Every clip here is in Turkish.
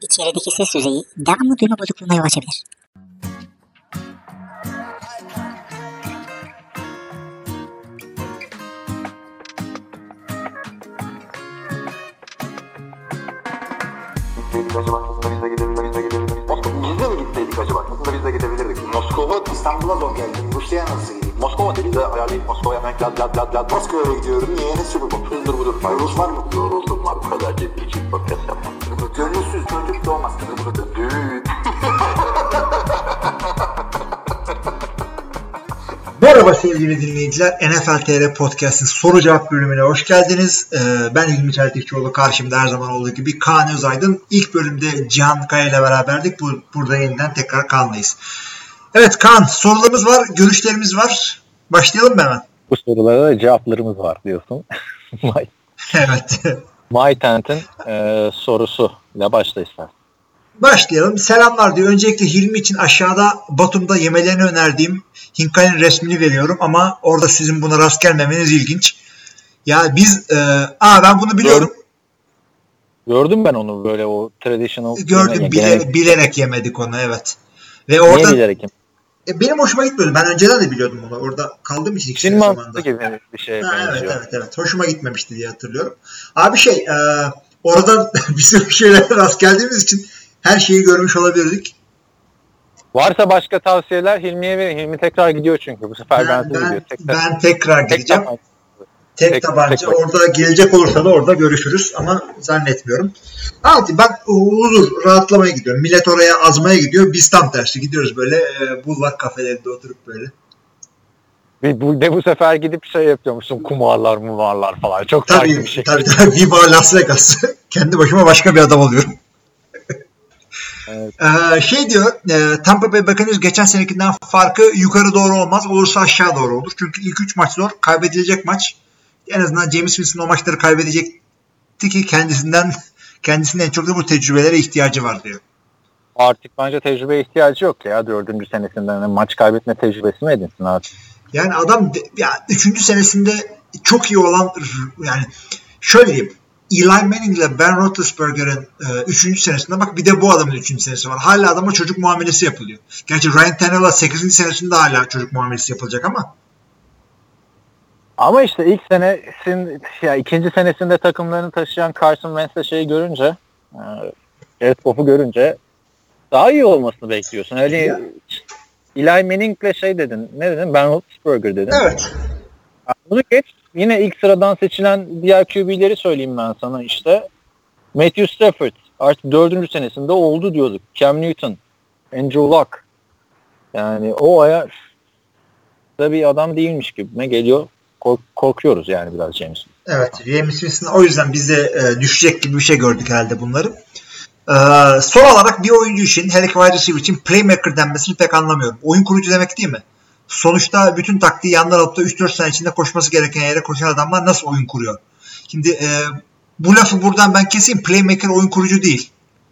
İçerideki ses düzeyi devamlı duyma bozukluğuna yol açabilir. Biz de mi gitseydik acaba? Aslında biz de gidebilirdik. Moskova, İstanbul'a zor geldim. Rusya'ya nasıl gideyim? Moskova dedi de ayarlayıp Moskova'ya hemen lad. Moskova'ya gidiyorum. Niye? Ne Super Bowl? Şudur budur. Rus var mı? Yoruldum var. Bu kadar ciddi için podcast yapmam. Gönülsüz çocuk doğmaz. Düğün. Merhaba sevgili dinleyiciler. NFL TR Podcast'ın soru cevap bölümüne hoş geldiniz. Ben İlmi Çeltikçioğlu. Karşımda her zaman olduğu gibi Kaan Özaydın. İlk bölümde Cihan Kaya ile beraberdik. Burada yeniden tekrar Kaan'layız. Evet Kaan, sorularımız var, görüşlerimiz var. Başlayalım mı hemen? Bu sorulara cevaplarımız var diyorsun. Evet. MyTent'in sorusuyla başla istersen. Başlayalım. Selamlar diyor. Öncelikle Hilmi için aşağıda Batum'da yemelerini önerdiğim Hinkay'ın resmini veriyorum ama orada sizin buna rast gelmemeniz ilginç. Ya biz ben bunu biliyorum. Gördüm ben onu böyle o traditional. Gördüm. Bilerek yemedik onu, evet. Ve Niye orada bilerek yemedik? Benim hoşuma gitmedi. Ben önceden de biliyordum onu. Orada kaldığım için Çin mantısı gibi bir şey benziyor. Evet. Hoşuma gitmemişti diye hatırlıyorum. Abi oradan bir sürü şeylere rast geldiğimiz için her şeyi görmüş olabilirdik. Varsa başka tavsiyeler Hilmi'ye verin. Hilmi tekrar gidiyor çünkü. Bu sefer ben gidiyor. Ben tekrar gideceğim. Tek tabanca. Orada gelecek olursa da orada görüşürüz ama zannetmiyorum. Ben huzur, rahatlamaya gidiyorum. Millet oraya azmaya gidiyor. Biz tam tersi gidiyoruz böyle bulvar kafelerinde oturup böyle. Bu sefer gidip şey yapıyormuşsun, kumarlar falan. Çok farklı bir şey. Tabii. Viva Las Vegas. Kendi başıma başka bir adam oluyorum. Evet. Diyor, Tampa Bay Buccaneers geçen senekinden farkı yukarı doğru olmaz. Olursa aşağı doğru olur. Çünkü ilk 3 maç zor. Kaybedilecek maç. En azından James Winston o maçları kaybedecekti ki kendisinin en çok da bu tecrübelere ihtiyacı var diyor. Artık bence tecrübeye ihtiyacı yok ya. 4. senesinden maç kaybetme tecrübesi mi edinsin artık? Yani adam 3. senesinde çok iyi olan, yani şöyle diyeyim, Eli Manning ile Ben Roethlisberger'in 3. senesinde bak, bir de bu adamın 3. senesi var. Hala adama çocuk muamelesi yapılıyor. Gerçi Ryan Tannehill'a 8. senesinde hala çocuk muamelesi yapılacak ama. Ama işte ilk ikinci senesinde takımlarını taşıyan Carson Wentz'le şeyi görünce, Jared Goff'u görünce daha iyi olmasını bekliyorsun. Öyle Eli Manning'le şey dedin. Ne dedin? Ben Roethlisberger dedin. Evet. Bunu geç. Yine ilk sıradan seçilen diğer QB'leri söyleyeyim ben sana işte. Matthew Stafford artık 4. senesinde oldu diyorduk. Cam Newton, Andrew Luck. Yani o ayar da bir adam değilmiş gibi geliyor. Korkuyoruz yani biraz James. Evet. James Winston, o yüzden biz de düşecek gibi bir şey gördük herhalde bunları. Son olarak bir oyuncu için, her iki wide receiver için playmaker denmesini pek anlamıyorum. Oyun kurucu demek değil mi? Sonuçta bütün taktiği yandan alıp da 3-4 sene içinde koşması gereken yere koşan adamlar nasıl oyun kuruyor? Şimdi bu lafı buradan ben keseyim. Playmaker oyun kurucu değil.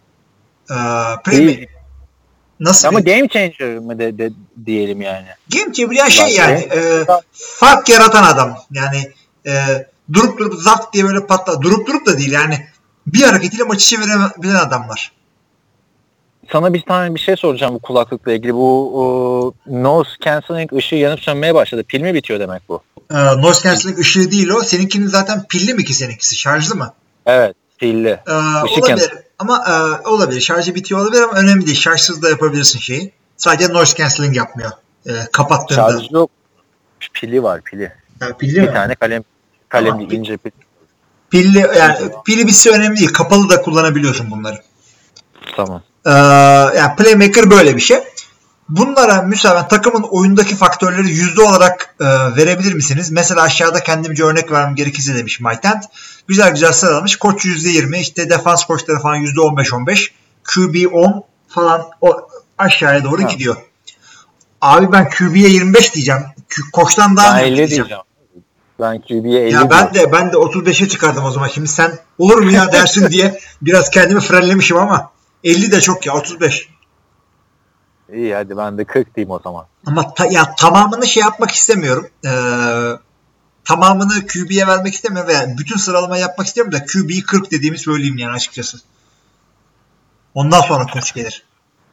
Değil. Nasıl? Ama game changer mı de diyelim yani. Game changer fark yaratan adam. Yani durup zart diye böyle patlar. Durup da değil yani. Bir hareketiyle maçı çevirebilen adamlar. Sana bir şey soracağım bu kulaklıkla ilgili. Bu noise cancelling ışığı yanıp sönmeye başladı. Pil mi bitiyor demek bu? Noise cancelling ışığı değil o. Seninkinin zaten pilli mi ki seninkisi? Şarjlı mı? Evet, pilli. Olabilir. Ama olabilir. Şarjı bitiyor olabilir ama önemli değil. Şarjsız da yapabilirsin şeyi. Sadece noise cancelling yapmıyor. Kapattığında. Şarjı yok. Pili var, pili. Pilli bir mi? tane kalemli tamam. İnce pil. Pili bitse önemli değil. Kapalı da kullanabiliyorsun bunları. Tamam. Yani playmaker böyle bir şey. Bunlara müsaade takımın oyundaki faktörleri yüzde olarak verebilir misiniz? Mesela aşağıda kendimce örnek vermem gerekirse demiş MyTent. Güzel sıralamış. Koç %20, işte defans koçları falan %15-15, QB 10 falan o aşağıya doğru gidiyor. Abi ben QB'ye 25 diyeceğim. Koçtan daha ben 50 diyeceğim. Ben QB'ye 50 ya ben de 35'e çıkardım o zaman. Şimdi sen olur mu ya dersin diye biraz kendimi frenlemişim ama 50 de çok ya, 35. İyi hadi ben de 40 diyeyim o zaman. Ama tamamını yapmak istemiyorum. Tamamını QB'ye vermek istemiyorum veya bütün sıralama yapmak istemiyorum da QB'yi 40 dediğimi söyleyeyim yani açıkçası. Ondan sonra koç gelir.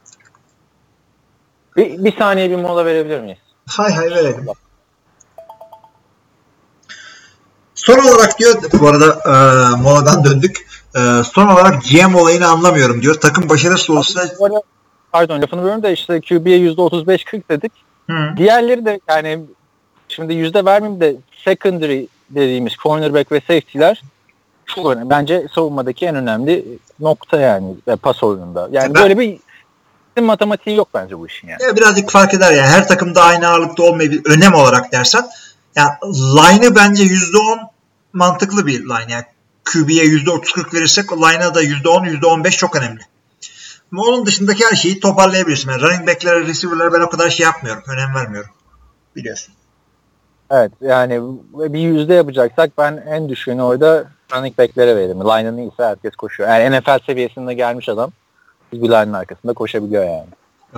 Bir saniye bir mola verebilir miyiz? Hay verelim. Son olarak diyor, bu arada moladan döndük. Son olarak GM olayını anlamıyorum diyor. Takım başarısız olsa... Pardon lafını bölüyorum da işte QB'ye %35-40 dedik. Diğerleri de yani şimdi yüzde vermeyeyim de secondary dediğimiz cornerback ve safety'ler çok önemli. Bence savunmadaki en önemli nokta yani pas oyununda. Yani böyle bir matematiği yok bence bu işin yani. Birazcık fark eder yani. Her takımda aynı ağırlıkta olmayabilir. Önem olarak dersen. Yani line'ı bence %10 mantıklı bir line. Yani QB'ye %30-40 verirsek line'a da %10, %15 çok önemli. Ama onun dışındaki her şeyi toparlayabilirsin. Yani running back'lere, receiver'lara ben o kadar şey yapmıyorum. Önem vermiyorum. Biliyorsun. Evet yani bir yüzde yapacaksak ben en düşüğünü orada running back'lere veririm. Line'ın iyiyse herkes koşuyor. Yani NFL seviyesinde gelmiş adam bir line'ın arkasında koşabiliyor yani.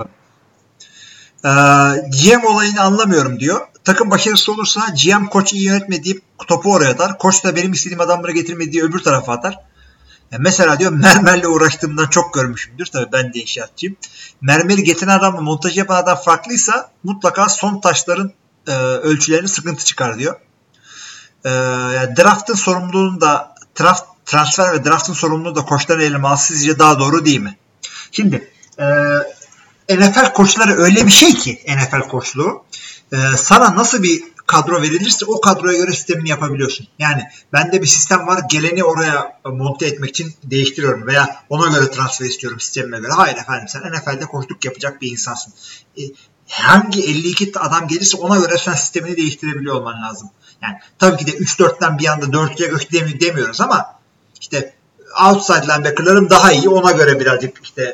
GM olayını anlamıyorum diyor. Takım başarısız olursa GM koç iyi yönetmedi deyip topu oraya atar. Koç da benim istediğim adamları getirmedi diye öbür tarafa atar. Yani mesela diyor mermerle uğraştığımdan çok görmüşümdür. Tabii ben de inşaatçıyım. Mermeri getiren adamla montaj yapan adam farklıysa mutlaka son taşların ölçülerini sıkıntı çıkar diyor. Yani draft'ın sorumluluğunu da transfer ve draft'ın sorumluluğunu da koçların eline alması sizce daha doğru değil mi? Şimdi NFL koçları öyle bir şey ki NFL koçluğu sana nasıl bir kadro verilirse o kadroya göre sistemini yapabiliyorsun. Yani bende bir sistem var, geleni oraya monte etmek için değiştiriyorum veya ona göre transfer istiyorum sistemime göre. Hayır efendim, sen NFL'de koçluk yapacak bir insansın. Hangi 52 adam gelirse ona göre sen sistemini değiştirebiliyor olman lazım. Yani tabii ki de 3-4'ten bir anda 4'e göç demiyoruz ama işte outside linebacker'larım daha iyi, ona göre birazcık işte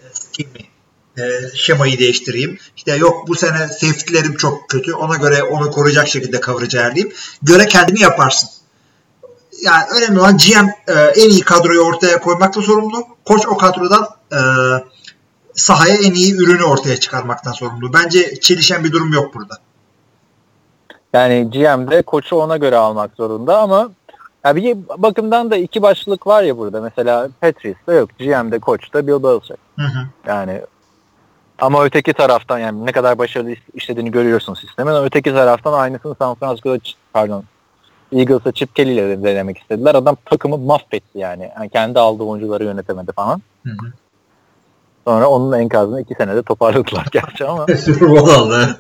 şemayı değiştireyim. İşte yok bu sene safety'lerim çok kötü. Ona göre onu koruyacak şekilde coverage ayarlayayım. Göre kendini yaparsın. Yani önemli olan GM en iyi kadroyu ortaya koymakla sorumlu. Koç o kadrodan sahaya en iyi ürünü ortaya çıkarmaktan sorumlu. Bence çelişen bir durum yok burada. Yani GM de koçu ona göre almak zorunda ama ya bir bakımdan da iki başlık var ya burada. Mesela Patrice'de yok. GM'de koçta Bill Belichick. Yani ama öteki taraftan yani ne kadar başarılı işlediğini görüyorsun sistemin. Öteki taraftan aynısını San Francisco'da Eagles'a Chip Kelly ile denemek istediler. Adam takımı mahvetti yani. Kendi aldığı oyuncuları yönetemedi falan. Sonra onun enkazını 2 senede toparladılar gerçi ama. Super Bowl aldı.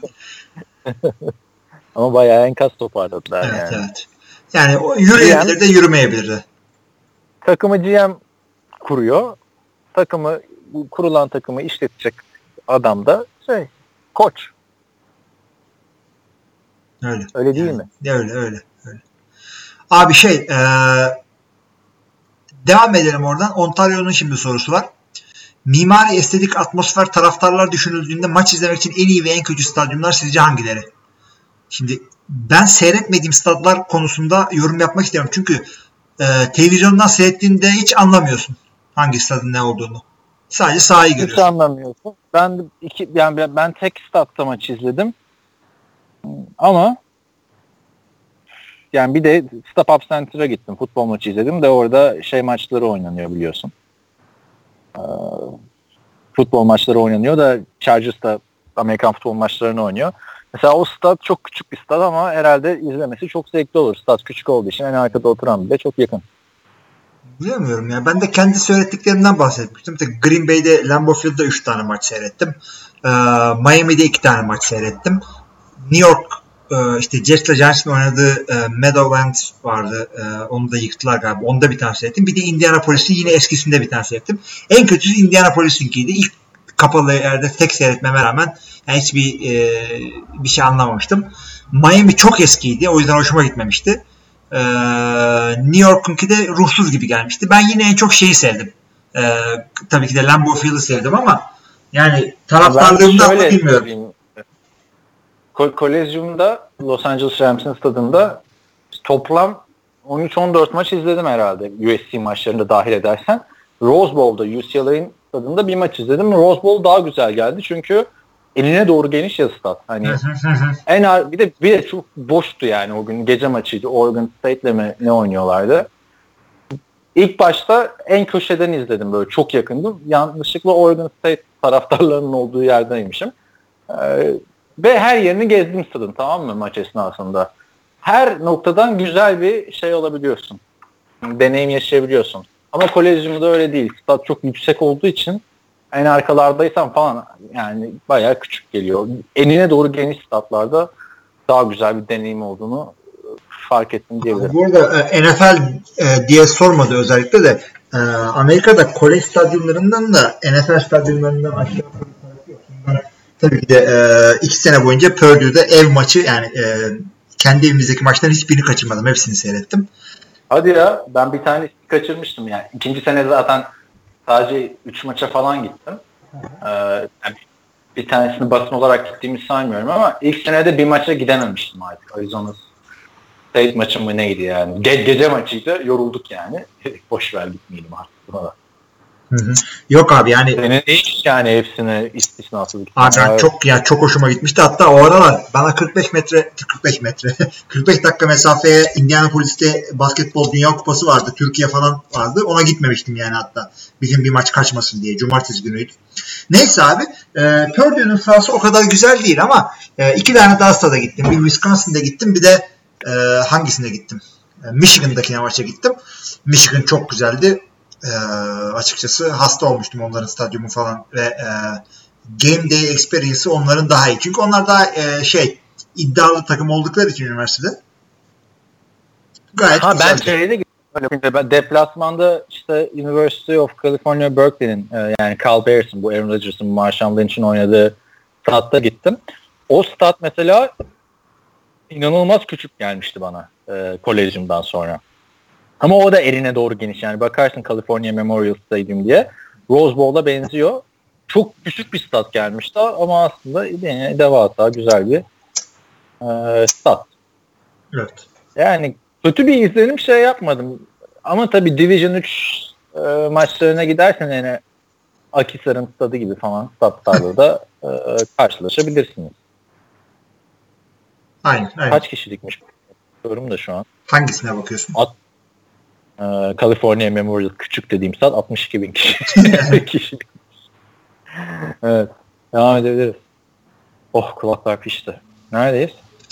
Ama bayağı enkaz toparladılar yani. Evet. Yani o yürüyebilir de yürümeyebilir de. Takımı GM kuruyor. Kurulan takımı işletecek adam da koç. Öyle. Öyle değil mi? Öyle. Abi devam edelim oradan. Ontario'nun şimdi sorusu var. Mimari, estetik, atmosfer, taraftarlar düşünüldüğünde maç izlemek için en iyi ve en kötü stadyumlar sizce hangileri? Şimdi ben seyretmediğim stadlar konusunda yorum yapmak istiyorum. Çünkü televizyondan seyrettiğinde hiç anlamıyorsun hangi stadın ne olduğunu. Sadece sahayı görüyorsun. Hiç anlamıyorsun. Ben tek stadta maç izledim. Ama yani bir de Stop Up Center'a gittim. Futbol maçı izledim de orada maçları oynanıyor biliyorsun. Futbol maçları oynanıyor da Chargers da Amerikan futbol maçlarını oynuyor. Mesela o stat çok küçük bir stat ama herhalde izlemesi çok zevkli olur. Stat küçük olduğu için en arkada oturan bile çok yakın. Bilmiyorum ya. Ben de kendi söylediklerimden bahsetmiştim. Green Bay'de Lambeau Field'da 3 tane maç seyrettim. Miami'de 2 tane maç seyrettim. New York işte Jets'le Giants'ın oynadığı Meadowlands vardı. Onu da yıktılar galiba. Onda bir tane seyrettim. Bir de Indianapolis'in yine eskisinde bir tane seyrettim. En kötüsü Indianapolis'inkiydi. İlk kapalı yerde tek seyretmeme rağmen yani hiçbir bir şey anlamamıştım. Miami çok eskiydi. O yüzden hoşuma gitmemişti. New York'unki de ruhsuz gibi gelmişti. Ben yine en çok şeyi sevdim. Tabii ki de Lambeau Field'ı sevdim ama yani taraftarlığımdan mı bilmiyorum. Kolezyum'da Los Angeles Rams'in stadında toplam 13-14 maç izledim herhalde. USC maçlarında dahil edersen. Rose Bowl'da UCLA'nın stadında bir maç izledim. Rose Bowl daha güzel geldi çünkü eline doğru geniş ya stat. Hani bir de çok boştu yani o gün, gece maçıydı. Oregon State'le mi ne oynuyorlardı? İlk başta en köşeden izledim, böyle çok yakındım. Yanlışlıkla Oregon State taraftarlarının olduğu yerdeymişim. Ve her yerini gezdim stadın, tamam mı, maç esnasında. Her noktadan güzel bir şey olabiliyorsun. Deneyim yaşayabiliyorsun. Ama Kolezyum'da öyle değil. Stat çok yüksek olduğu için en arkalardaysan falan yani bayağı küçük geliyor. Enine doğru geniş statlarda daha güzel bir deneyim olduğunu fark ettim diyebilirim. Bu arada NFL diye sormadı özellikle de Amerika'da kolej stadyumlarından da NFL stadyumlarından aşağı yukarı tabii ki de 2 sene boyunca Purdue'da ev maçı, yani kendi evimizdeki maçların hiçbirini kaçırmadım. Hepsini seyrettim. Hadi ya, ben bir tane kaçırmıştım yani. İkinci sene zaten sadece 3 maça falan gittim. Yani bir tanesini basın olarak gittiğimi saymıyorum ama ilk senede bir maça gidememiştim artık. Arizona State maçı mı neydi yani? Gece maçıydı. Yorulduk yani. Boş ver, gitmeyelim artık buna da. Hı. Yok abi yani. Senin neymiş yani hepsine istisnasız. Abi ben çok hoşuma gitmişti. Hatta o aralar bana 45 dakika mesafeye Indianapolis'te basketbol Dünya Kupası vardı. Türkiye falan vardı. Ona gitmemiştim yani hatta. Bizim bir maç kaçmasın diye. Cumartesi günüydü. Neyse abi. Purdue'nun sahası o kadar güzel değil ama 2 tane daha stada gittim. Bir Wisconsin'da gittim. Bir de hangisine gittim? Michigan'dakine maça gittim. Michigan çok güzeldi. Açıkçası hasta olmuştum onların stadyumu falan ve game day experience'ı onların daha iyi. Çünkü onlar daha iddialı takım oldukları için üniversitede. Gayet güzeldi. Ben şeyde gittim. Ben deplasmanda işte University of California Berkeley'nin yani Cal Bears'ın, bu Aaron Rodgers'ın, Marshawn Lynch'in oynadığı stadta gittim. O stad mesela inanılmaz küçük gelmişti bana Kolezyum'dan sonra. Ama o da eline doğru geniş. Yani bakarsın California Memorial Stadium diye. Rose Bowl'a benziyor. Çok küçük bir stat gelmişti ama aslında yine devasa güzel bir stat. Evet. Yani kötü bir izlenim yapmadım. Ama tabii Division 3 maçlarına gidersen yine Akhisar'ın stadı gibi falan statlarla da karşılaşabilirsiniz. Aynen. Kaç kişilikmiş? Bakıyorum da şu an. Hangisine bakıyorsun? California Memorial küçük dediğim stat 62.000 kişi. Evet. Devam edebiliriz. Oh, kulaklar pişti. Neredeyiz?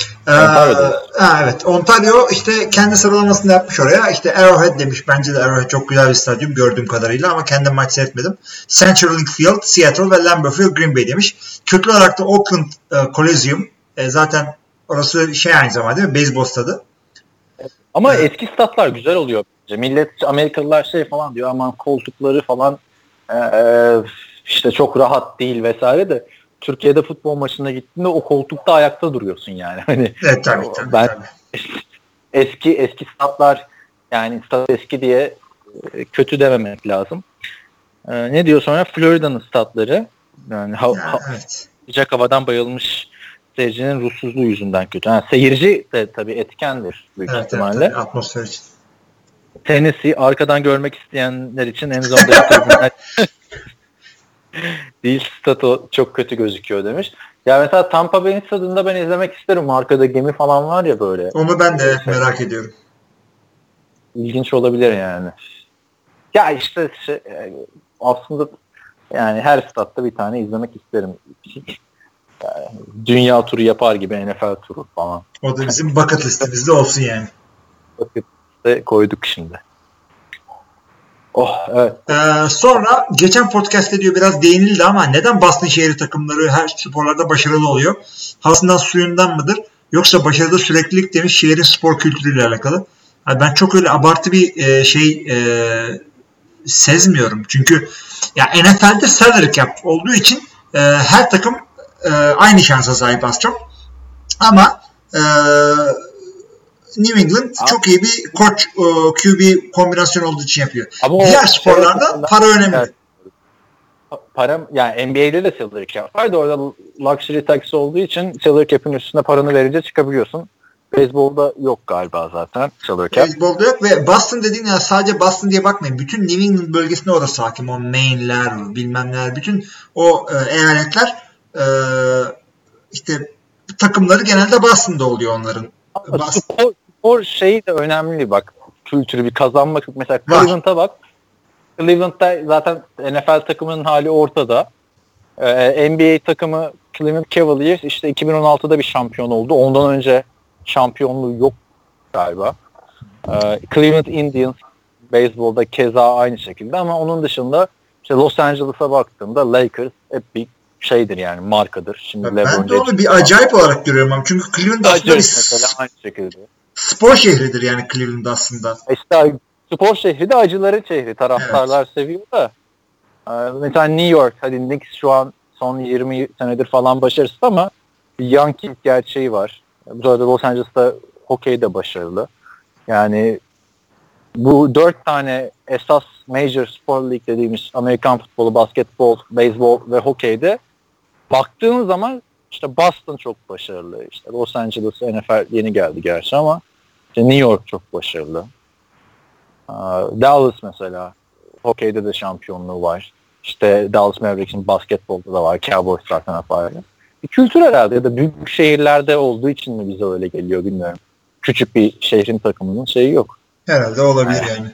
Evet. Ontario işte kendi sıralamasını yapmış oraya. İşte Arrowhead demiş. Bence de Arrowhead çok güzel bir stadyum gördüğüm kadarıyla ama kendim maç seyretmedim. Central Link Field, Seattle ve Lambeau Field, Green Bay demiş. Köklü olarak da Oakland Coliseum. Zaten orası aynı zamanda değil mi? Beyzbol stadı. Ama eski statlar güzel oluyor. Millet, Amerikalılar falan diyor, aman koltukları falan işte çok rahat değil vesaire de Türkiye'de futbol maçına gittiğinde o koltukta ayakta duruyorsun yani. Hani evet tabii. Eski statlar, yani stat eski diye kötü dememek lazım. Ne diyor sonra? Florida'nın statları yani evet. sıcak havadan bayılmış seyircinin ruhsuzluğu yüzünden kötü. Yani seyirci de tabii etkendir büyük ihtimalle. Evet, atmosfer için. Tennessee arkadan görmek isteyenler için en zonda tribünler değil, statü çok kötü gözüküyor demiş. Ya mesela Tampa Bay'in stadında ben izlemek isterim. Arkada gemi falan var ya böyle. Onu ben de merak ediyorum. İlginç olabilir yani. Ya işte aslında yani her statta bir tane izlemek isterim. Yani dünya turu yapar gibi NFL turu falan. O da bizim bucket listemizde olsun yani. Bucket liste koyduk şimdi. Oh evet. Sonra geçen podcast'te diyor biraz değinildi ama neden Boston şehri takımları her sporlarda başarılı oluyor? Havasından suyundan mıdır? Yoksa başarıda süreklilik demiş, şehrin spor kültürüyle alakalı. Yani ben çok öyle abartı bir sezmiyorum. Çünkü ya NFL'de salary cap olduğu için her takım aynı şansa sahip az çok. Ama New England çok iyi bir koç QB kombinasyon olduğu için yapıyor. Ama diğer sporlarda para önemli. Evet. Para yani NBA'de de salary cap var da orada luxury tax olduğu için salary cap'in üstüne paranı verince çıkabiliyorsun. Beyzbolda yok galiba zaten salary cap. Beyzbolda yok ve Boston dediğin ya sadece Boston diye bakmayın. Bütün New England bölgesinde orası hakim. O Maine'ler, bilmem neler, bütün o eyaletler işte takımları genelde Boston'da oluyor onların. Spor şeyi de önemli bak. kültürü, bir kazanmak. Mesela Cleveland'a bak. Cleveland'da zaten NFL takımının hali ortada. NBA takımı Cleveland Cavaliers işte 2016'da bir şampiyon oldu. Ondan önce şampiyonluğu yok galiba. Cleveland Indians beyzbolda keza aynı şekilde, ama onun dışında işte Los Angeles'a baktığımda Lakers hep bir şeydir yani, markadır. Şimdi ben de onu bir acayip olarak görüyorum ama çünkü Cleveland aslında mesela aynı şekilde. Spor şehridir yani Cleveland aslında. İşte spor şehri de acıların şehri. Taraftarlar seviyor da. Mesela New York, hadi Knicks şu an son 20 senedir falan başarısız ama bir Yankees gerçeği var. Bu arada Los Angeles'ta hokey de başarılı. Yani bu 4 tane esas major spor lig dediğimiz Amerikan futbolu, basketbol, beyzbol ve hokeyde baktığın zaman işte Boston çok başarılı. İşte Los Angeles NFL yeni geldi gerçi ama işte New York çok başarılı. Dallas mesela hokeyde de şampiyonluğu var. İşte Dallas Mavericks'in basketbolda da var. Cowboys zaten apayrı. Bir kültür herhalde, ya da büyük şehirlerde olduğu için mi bize öyle geliyor bilmiyorum. Küçük bir şehrin takımının şeyi yok. Herhalde olabilir yani.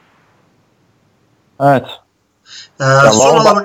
Evet. Son olarak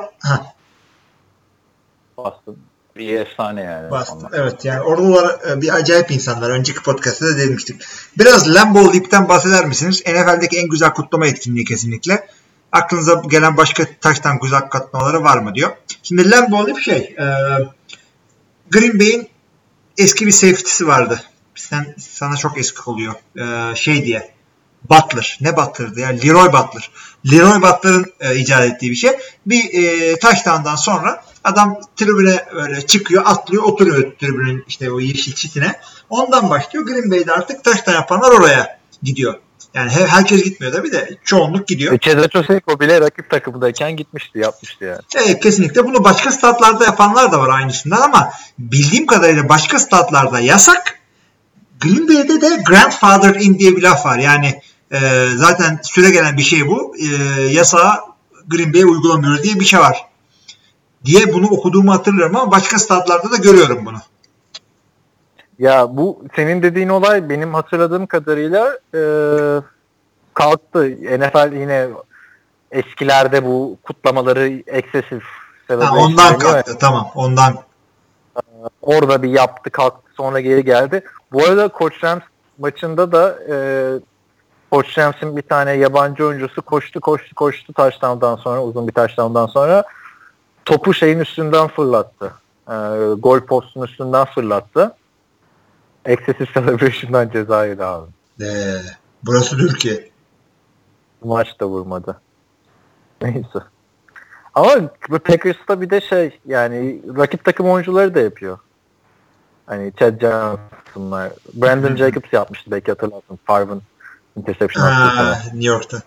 Boston bir efsane yani. Boston, evet yani oradalar bir acayip insanlar. Önceki podcast'ta da demiştik. Biraz Lambeau Leap'ten bahseder misiniz? NFL'deki en güzel kutlama etkinliği kesinlikle. Aklınıza gelen başka taştan güzel kutlamaları var mı diyor. Şimdi Lambeau Leap Green Bay'in eski bir safety'si vardı. Sana çok eski oluyor. Diye. Butler. Ne Butler'dı ya? Leroy Butler. Leroy Butler'ın icat ettiği bir şey. Bir touchdown'dan sonra adam tribüne öyle çıkıyor, atlıyor, oturuyor tribünün işte o yeşil çitine. Ondan başlıyor. Green Bay'de artık touchdown yapanlar oraya gidiyor. Yani herkes gitmiyor tabii de çoğunluk gidiyor. Çezetoseko bile rakip takımdayken gitmişti, yapmıştı yani. Evet, kesinlikle. Bunu başka statlarda yapanlar da var aynısından ama bildiğim kadarıyla başka statlarda yasak. Green Bay'de de grandfather in diye bir laf var. Yani zaten süregelen bir şey bu. Yasağı Green Bay'e uygulamıyor diye bir şey var. Diye bunu okuduğumu hatırlıyorum ama başka statlarda da görüyorum bunu. Ya bu senin dediğin olay benim hatırladığım kadarıyla kalktı. NFL yine eskilerde bu kutlamaları eksesif ondan kalktı. Tamam, ondan. Orada bir yaptı, kalktı, sonra geri geldi. Bu arada Coach Rams maçında da Coach Rams'in bir tane yabancı oyuncusu koştu touchdown'dan sonra, uzun bir touchdown'dan sonra topu şeyin üstünden fırlattı. Gol postunun üstünden fırlattı. Excessive Celebration'dan ceza yedi abi. Burası Türkiye. Maç da vurmadı. Neyse. Ama Packers'ta bir de yani rakip takım oyuncuları da yapıyor. Hani Chad Johnson'lar. Brandon Jacobs yapmıştı, belki hatırlarsın. Favre'ın interception attığı New York'ta.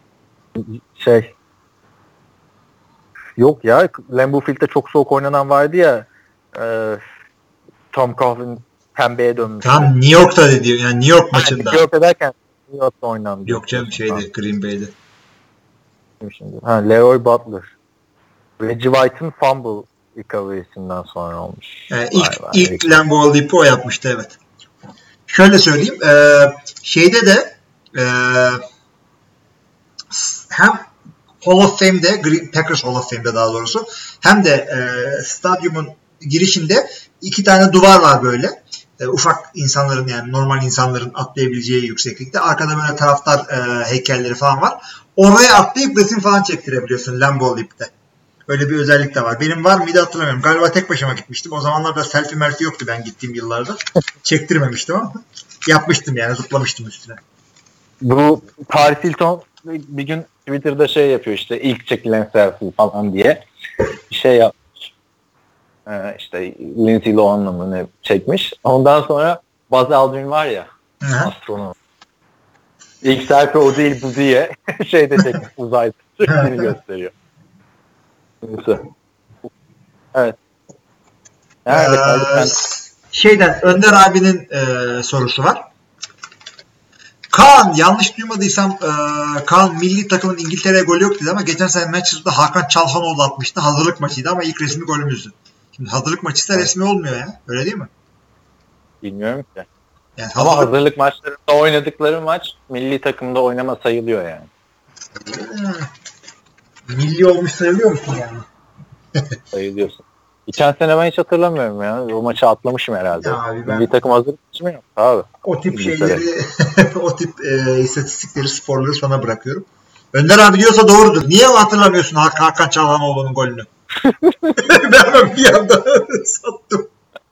Yok ya, Lambeau Field'de çok soğuk oynanan vardı ya, Tom Coughlin pembeye dönmüş. Tam New York'ta dedi, yani New York maçında. New York'ta derken New York'ta oynandı. Yok canım, Green Bay'de. Şimdi. Leroy Butler. Reggie White'ın fumble recovery'sinden sonra olmuş. İlk Lambeau Leap'i o yapmıştı, evet. Şöyle söyleyeyim. Şeyde de hem Hall of Fame'de, Packers Hall of Fame'de daha doğrusu, hem de stadyumun girişinde 2 tane duvar var böyle. Ufak insanların, yani normal insanların atlayabileceği yükseklikte. Arkada böyle taraftar heykelleri falan var. Oraya atlayıp resim falan çektirebiliyorsun Lambeau Leap'te. Öyle bir özellik de var. Benim var mıydı hatırlamıyorum. Galiba tek başıma gitmiştim. O zamanlar da selfie yoktu ben gittiğim yıllarda. Çektirmemiştim ama yapmıştım yani, zıplamıştım üstüne. Bu Paris Hilton bir gün Twitter'da yapıyor işte, ilk çekilen selfie falan diye bir şey yapmış. İşte Lindsay Lohan'la mı ne çekmiş. Ondan sonra Buzz Aldrin var ya, astronom. İlk selfie o değil bu diye de çekmiş, uzayda sürekli gösteriyor. Neyse. Evet. Önder abinin sorusu var. Kaan, yanlış duymadıysam Kaan milli takımın İngiltere'ye golü yok dedi ama geçen sene Manchester'da Hakan Çalhanoğlu atmıştı. Hazırlık maçıydı ama ilk resmi golümüzdü. Şimdi hazırlık maçı ise resmi olmuyor ya. Öyle değil mi? Bilmiyorum ki. Yani Ama hazırlık maçlarında oynadıkları maç milli takımda oynama sayılıyor yani. Milli olmuş sayılıyor musun yani? Sayılıyorsun. Geçen sene ben hiç hatırlamıyorum ya. O maçı atlamışım herhalde. Ya abi Milli takım hazırlık maçı mı yaptı abi? O tip İngiltere. şeyleri, o tip istatistikleri, sporları sana bırakıyorum. Önder abi diyorsa doğrudur. Niye hatırlamıyorsun Hakan Çalhanoğlu'nun golünü? Ben hemen bir anda sattım.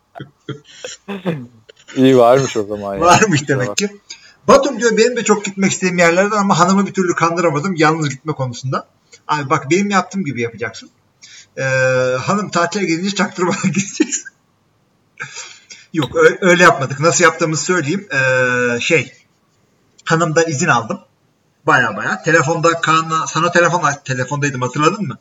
İyi varmış o zaman. Yani. Varmış demek ki. Batum diyor benim de çok gitmek istediğim yerlerden ama hanımı bir türlü kandıramadım yalnız gitme konusunda. Abi bak benim yaptığım gibi yapacaksın. Hanım tatile gidince çaktırmadan gideceksin. Yok öyle yapmadık. Nasıl yaptığımızı söyleyeyim. Hanımdan izin aldım. Baya. Telefonda Kaan'la sana telefondaydım hatırladın mı?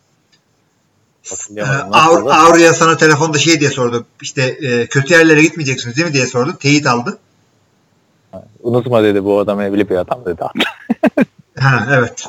Avru'ya sana telefonda şey diye sordu. İşte kötü yerlere gitmeyeceksiniz değil mi diye sordu. Teyit aldı. Unutma dedi bu adam evli bir adam dedi. Ha evet.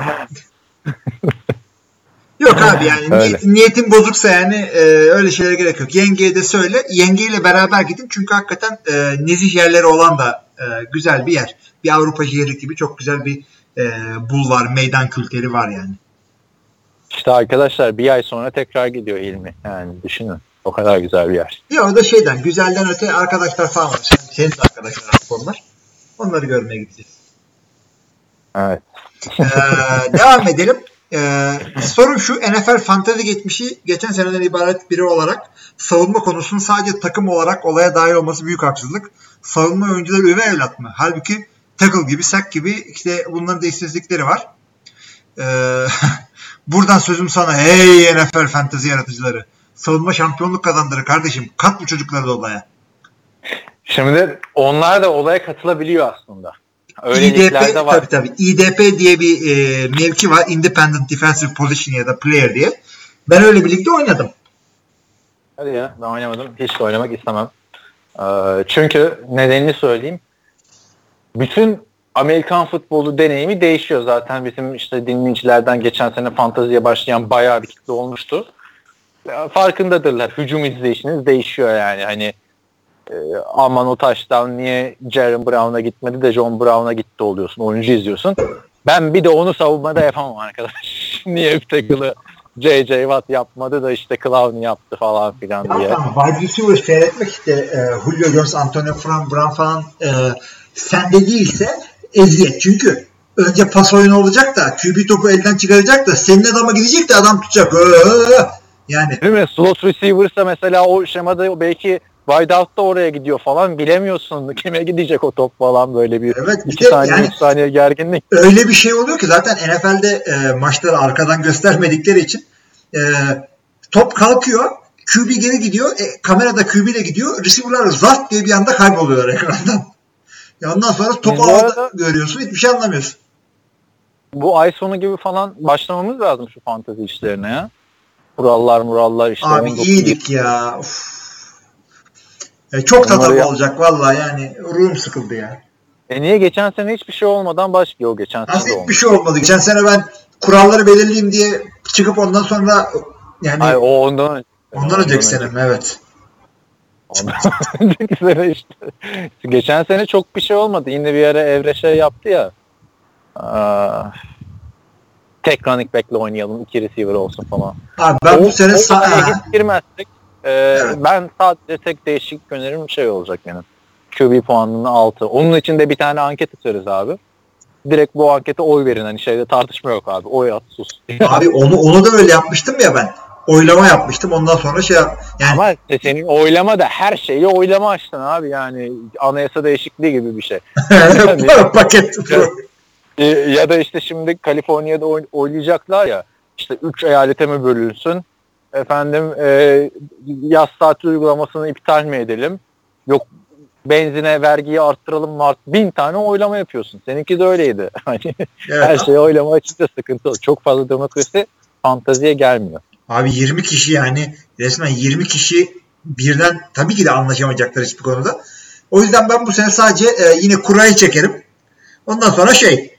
Yok abi yani niyetin bozuksa yani öyle şeylere gerek yok. Yengeye de söyle. Yengeyle beraber gidin. Çünkü hakikaten nezih yerleri olan da güzel bir yer. Bir Avrupa şehri gibi çok güzel bir bulvar, meydan kültürü var yani. İşte arkadaşlar bir ay sonra tekrar gidiyor Hilmi. Yani düşünün. O kadar güzel bir yer. Ya o da şeyden, güzelden öte arkadaşlar falan var. Senin de arkadaşlar var. Onları görmeye gideceğiz. Evet. Devam edelim. Sorun şu, NFL Fantasy geçmişi geçen seneden ibaret biri olarak savunma konusunun sadece takım olarak olaya dahil olması büyük haksızlık. Savunma oyuncuları üvey evlat mı? Halbuki tackle gibi, sack gibi işte bunların da istatistikleri var. Buradan sözüm sana. Hey NFL Fantasy yaratıcıları. Savunma şampiyonluk kazandırır kardeşim. Kat bu çocukları da olaya. Şimdi onlar da olaya katılabiliyor aslında. Öyle liglerde var. Tabii. IDP diye bir mevki var. Independent Defensive Position ya da Player diye. Ben öyle bir ligde oynadım. Hadi ya ben oynamadım. Hiç de oynamak istemem. Çünkü nedenini söyleyeyim. Bütün Amerikan futbolu deneyimi değişiyor zaten. Bizim işte dinleyicilerden geçen sene fanteziye başlayan bayağı bir kitle olmuştu. Farkındadırlar. Hücum izleyişiniz değişiyor yani. Hani aman o touchdown niye Jaron Brown'a gitmedi de John Brown'a gitti oluyorsun. Oyuncu izliyorsun. Ben bir de onu savunmada yapamam arkadaş. Niye bir tackle'ı J.J. Watt yapmadı da işte Clowney yaptı falan filan diye. Wide receiver seyretmek işte Julio Jones, Antonio Brown falan sende değilse eziyet. Çünkü önce pas oyunu olacak da QB topu elden çıkaracak da senin adama gidecek de adam tutacak. Yani. Değil mi? Slot receiver'sa mesela o şemada belki wideout da oraya gidiyor falan bilemiyorsun. Kime gidecek o top falan böyle bir evet, 2 saniye yani, 3 saniye gerginlik. Öyle bir şey oluyor ki zaten NFL'de maçları arkadan göstermedikleri için top kalkıyor. QB geri gidiyor. Kamerada QB ile gidiyor. Receiver'lar zart diye bir anda kayboluyorlar ekrandan. Ondan sonra topu havada görüyorsun. Hiçbir şey anlamıyorsun. Bu ay sonu gibi falan başlamamız lazım şu fantezi işlerine ya. Kurallar işte. Abi iyiydik ya. Çok tatlı olacak vallahi yani. Ruhum sıkıldı ya. Niye geçen sene hiçbir şey olmadan başlıyor geçen sene. Nasıl hiçbir şey olmadı? Geçen sene ben kuralları belirleyeyim diye çıkıp ondan sonra yani hayır, o ondan önceki senem evet. Önceki sene işte. Geçen sene çok bir şey olmadı. Yine bir ara Evre şey yaptı ya. Tek running back'le oynayalım. 2 receiver olsun falan. Abi ben bu sene hiç girmezsek evet. Ben sadece tek değişik önerim şey olacak benim. QB puanının 6. Onun için de bir tane anket açarız abi. Direkt bu ankete oy verin. Hani şeyde tartışma yok abi. Oy at sus. Abi onu da öyle yapmıştım ya ben. Oylama yapmıştım. Ondan sonra yani. Ama senin oylama da her şeyi oylama açtın abi. Yani anayasa değişikliği gibi bir şey. Paket. Ya da işte şimdi Kaliforniya'da oylayacaklar ya. İşte 3 eyalete mi bölünsün? Efendim yaz saati uygulamasını iptal mi edelim? Yok benzine vergiyi arttıralım mı? 1000 tane oylama yapıyorsun. Seninki de öyleydi. Hani evet. Her şeyi oylama açınca sıkıntı olur. Çok fazla demokrasi fanteziye gelmiyor. Abi 20 kişi yani resmen 20 kişi birden tabii ki de anlaşamayacaklar hiçbir konuda. O yüzden ben bu sene sadece yine kurayı çekerim. Ondan sonra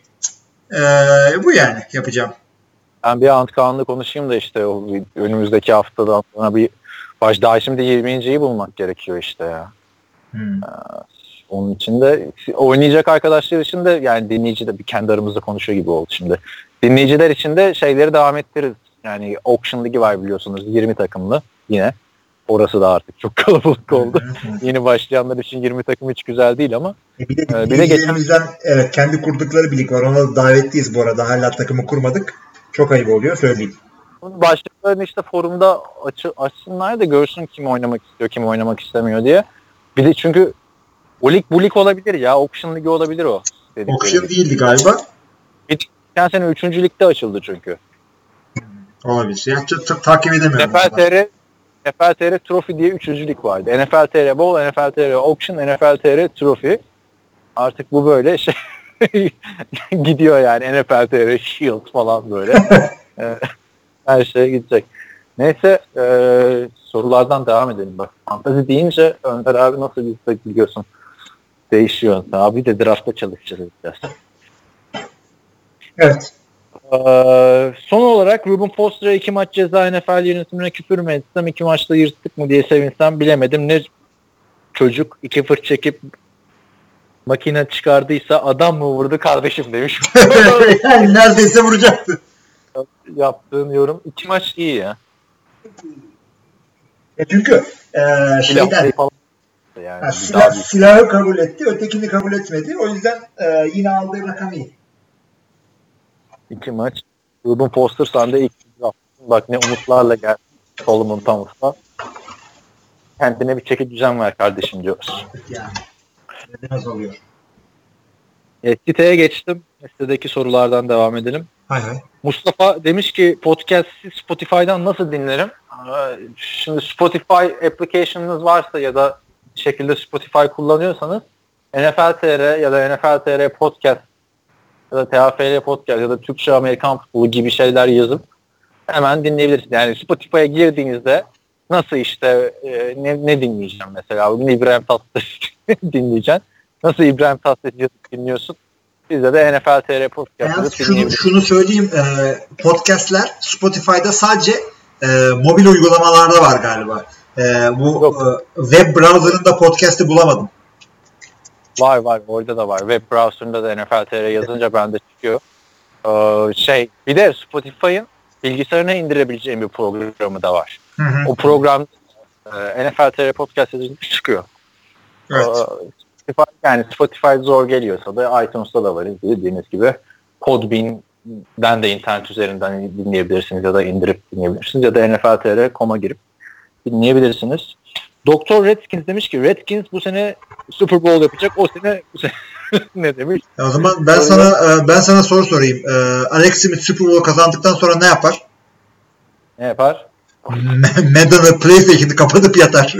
bu yani yapacağım. Ben bir antkanlı konuşayım da işte o önümüzdeki haftadan sonra bir daha şimdi 20.yi bulmak gerekiyor işte ya. Onun için de oynayacak arkadaşlar için de yani dinleyici de bir kendi aramızda konuşuyor gibi oldu şimdi. Dinleyiciler için de şeyleri devam ettiririz. Yani Auction Ligi var biliyorsunuz 20 takımlı yine. Orası da artık çok kalabalık oldu. Yeni başlayanlar için 20 takım hiç güzel değil ama. Bir de dinleyicilerimizden evet, kendi kurdukları bir lig var. Ona da davetliyiz bu arada. Hala takımı kurmadık. Çok ayıp oluyor söyleyeyim. Başlıklarını işte forumda açsınlar da görsün kim oynamak istiyor, kim oynamak istemiyor diye. Bir de çünkü o lig bu lig olabilir ya. Auction Ligi olabilir o. Auction değildi galiba. Geçen sene 3. ligde açıldı çünkü. Olabilir. Yani çok takip edemiyorum. NFL TR Trophy diye 3. lig vardı. NFL TR Bowl, NFL TR Auction, NFL TR Trophy. Artık bu böyle şey gidiyor yani. NFL TR Shield falan böyle. Her şey gidecek. Neyse sorulardan devam edelim. Bak fantazi deyince Önder abi nasıl biliyorsun değişiyor. Abi de draftta çalışacağız biraz. Evet. Son olarak Ruben Foster'a 2 maç ceza NFL yönetimine küfür mü etsem 2 maçta yırttık mı diye sevinsem bilemedim. Ne çocuk 2 fırt çekip makine çıkardıysa adam mı vurdu kardeşim demiş. Yani neredeyse vuracaktı. Yaptığın yorum 2 maç iyi ya. Çünkü şeyden yani silahı kabul etti, ötekini kabul etmedi. O yüzden yine aldığı rakam iyi. 2 maç. Ruben Foster sende ilk bak ne umutlarla geldi Solomon Thomas'la. Kendine bir çeki düzen ver kardeşim diyoruz. Yani. Biraz oluyor. Siteye geçtim. Sitedeki sorulardan devam edelim. Hay. Mustafa demiş ki podcast'i Spotify'dan nasıl dinlerim? Şimdi Spotify application'ınız varsa ya da şekilde Spotify kullanıyorsanız NFL TR ya da NFL TR podcast ya da TAFL podcast ya da Türkçe Amerikan futbolu gibi şeyler yazıp hemen dinleyebilirsiniz. Yani Spotify'a girdiğinizde nasıl işte ne dinleyeceğim mesela? Bugün İbrahim Tatlıses dinleyeceksin. Nasıl İbrahim Tatlıses'i dinliyorsun? Bizde de NFL TR podcast şunu söyleyeyim. Podcastler Spotify'da sadece mobil uygulamalarda var galiba. Web browser'ında podcast'i bulamadım. Var. Orada da var. Web browser'ında da NFL TR yazınca bende çıkıyor. Bir de Spotify'ın bilgisayarına indirebileceğim bir programı da var. Hı. O program NFL TR podcast yazınca çıkıyor. Evet. Spotify zor geliyorsa da iTunes'ta da var dediğiniz gibi. Podbean'den de internet üzerinden dinleyebilirsiniz ya da indirip dinleyebilirsiniz ya da nfltr.com'a girip dinleyebilirsiniz. Doktor Redskins demiş ki Redskins bu sene Super Bowl yapacak. Bu sene ne demiş? O zaman ben sana soru sorayım. Alex Smith Super Bowl kazandıktan sonra ne yapar? Ne yapar? Madden'ı PlayStation'ı kapatıp yatar.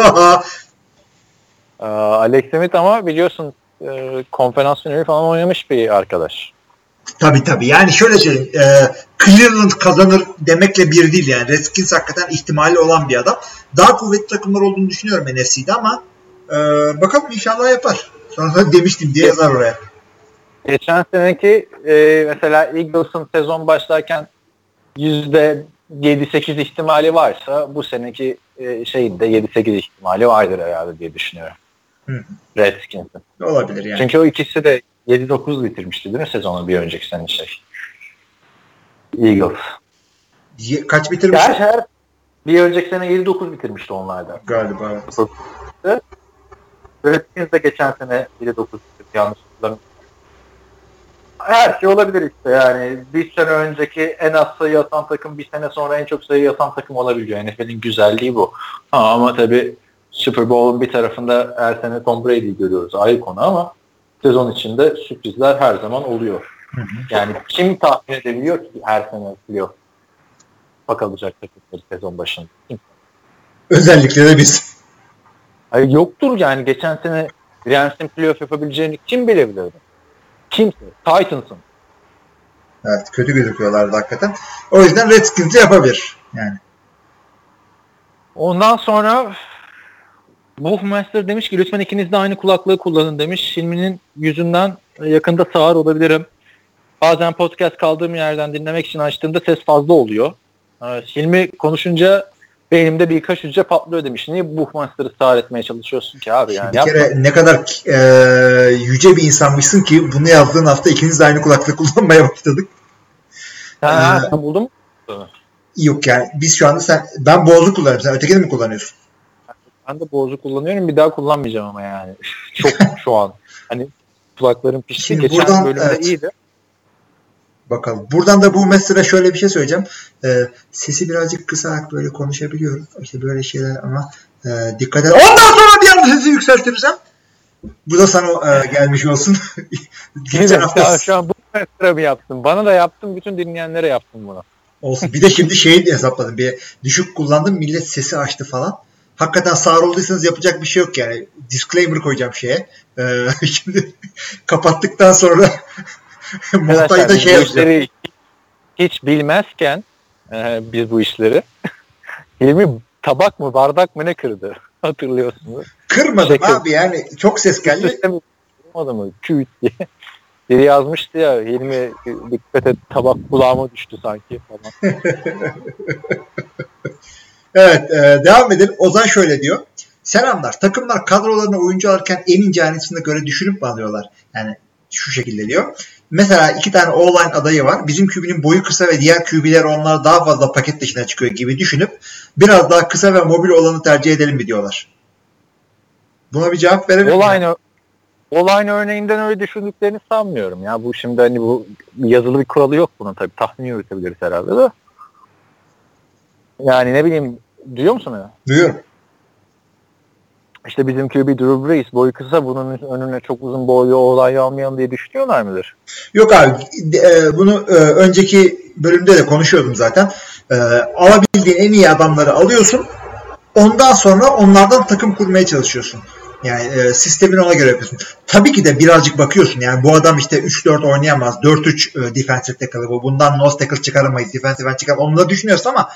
Alex Smith ama biliyorsun konferans finali falan oynamış bir arkadaş. Tabii. Yani şöyle söyleyeyim. Cleveland kazanır demekle bir değil yani. Redskins hakikaten ihtimali olan bir adam. Daha kuvvetli takımlar olduğunu düşünüyorum NFC'de ama bakalım inşallah yapar. Sonra demiştim diye yazar oraya. Geçen seneki mesela Eagles'ın sezon başlarken %7-8 ihtimali varsa bu seneki şeyin de 7-8 ihtimali vardır herhalde diye düşünüyorum. Redskins'in. Olabilir yani. Çünkü o ikisi de 7-9 bitirmişti değil mi sezonu bir önceki sene Eagles. Kaç bitirmişti? Bir önceki sene 7-9 bitirmişti onlardan. Galiba. Redskins de geçen sene 7-9 bitirdi yanlış hatırlamıyorum. Her şey olabilir işte yani. Bir sene önceki en az sayı atan takım bir sene sonra en çok sayı atan takım olabiliyor. NFL'in güzelliği bu. Ama tabii Super Bowl'un bir tarafında her sene Tom Brady'yi görüyoruz. Ayrı konu ama sezon içinde sürprizler her zaman oluyor. Yani kim tahmin edebiliyor ki her sene playoff kalacak takımları sezon başında? Özellikle de biz. Hayır, yoktur yani. Geçen sene Rams'in playoff yapabileceğini kim bilebilirdi? Kimse. Titans'ın. Evet, kötü gözüküyorlardı hakikaten. O yüzden Redskins'i yapabilir. Yani. Ondan sonra Wolfmaster demiş ki lütfen ikiniz de aynı kulaklığı kullanın demiş. Hilmi'nin yüzünden yakında sağır olabilirim. Bazen podcast kaldığım yerden dinlemek için açtığımda ses fazla oluyor. Hilmi konuşunca Benim birkaç hücre patlıyor demiş. Niye Buchmaster'ı sağır etmeye çalışıyorsun ki abi yani? Bir kere ne kadar yüce bir insanmışsın ki bunu yazdığın hafta ikiniz de aynı kulaklık kullanmaya başladık. Sen buldun mu? Yok yani biz şu anda ben Boğaz'ı kullanıyorum. Sen ötekini mi kullanıyorsun? Ben de Boğaz'ı kullanıyorum. Bir daha kullanmayacağım ama yani. Çok şu an. Hani kulaklarım pişti. Şimdi Geçen buradan, bölümde evet. iyiydi. Bakalım. Buradan da bu mesela şöyle bir şey söyleyeceğim. Sesi birazcık kısarak böyle konuşabiliyorum. İşte böyle şeyler ama dikkat et. Ondan sonra bir anda sesi yükseltirsem bu da sana gelmiş olsun. Geçen hafta Şu an bu ekstra mı yaptın? Bana da yaptım. Bütün dinleyenlere yaptım bunu. olsun. Bir de şimdi şeyi de hesapladım. Bir düşük kullandım. Millet sesi açtı falan. Hakikaten sağır olduysanız yapacak bir şey yok yani. Disclaimer koyacağım şeye. Şimdi kapattıktan sonra montajda şey yapacağım. Hiç bilmezken biz bu işleri Hilmi tabak mı bardak mı ne kırdı? Hatırlıyorsunuz. Kırmadım abi yani. Çok ses geldi. Kırmadı mı? Küt diye. Biri yazmıştı ya Hilmi dikkat et tabak kulağıma düştü sanki falan. Evet, devam edelim. Ozan şöyle diyor. Selamlar. Takımlar kadrolarına oyuncu alırken en ince ayrıntısına göre düşünüp mi alıyorlar? Yani şu şekilde diyor. Mesela 2 tane O-line adayı var. Bizim QB'nin boyu kısa ve diğer QB'ler onlar daha fazla paket dışına çıkıyor gibi düşünüp biraz daha kısa ve mobil olanı tercih edelim mi diyorlar. Buna bir cevap verelim mi? O-line örneğinden öyle düşündüklerini sanmıyorum. Ya bu şimdi hani bu yazılı bir kuralı yok bunun tabii. Tahmin yürütebiliriz herhalde de. Yani ne bileyim duyuyor musun beni? Duyuyorum. İşte bizim QB Drew Brees boyu kısa bunun önüne çok uzun boylu O-line almayalım diye düşünüyorlar mıdır? Yok abi bunu önceki bölümde de konuşuyordum zaten. Alabildiğin en iyi adamları alıyorsun. Ondan sonra onlardan takım kurmaya çalışıyorsun. Yani sistemini ona göre yapıyorsun. Tabii ki de birazcık bakıyorsun. Yani bu adam işte 3-4 oynayamaz. 4-3 defensive tackle bu. Bundan nose tackle çıkaramayız. Defensive end çıkar. Onu da düşünüyorsun ama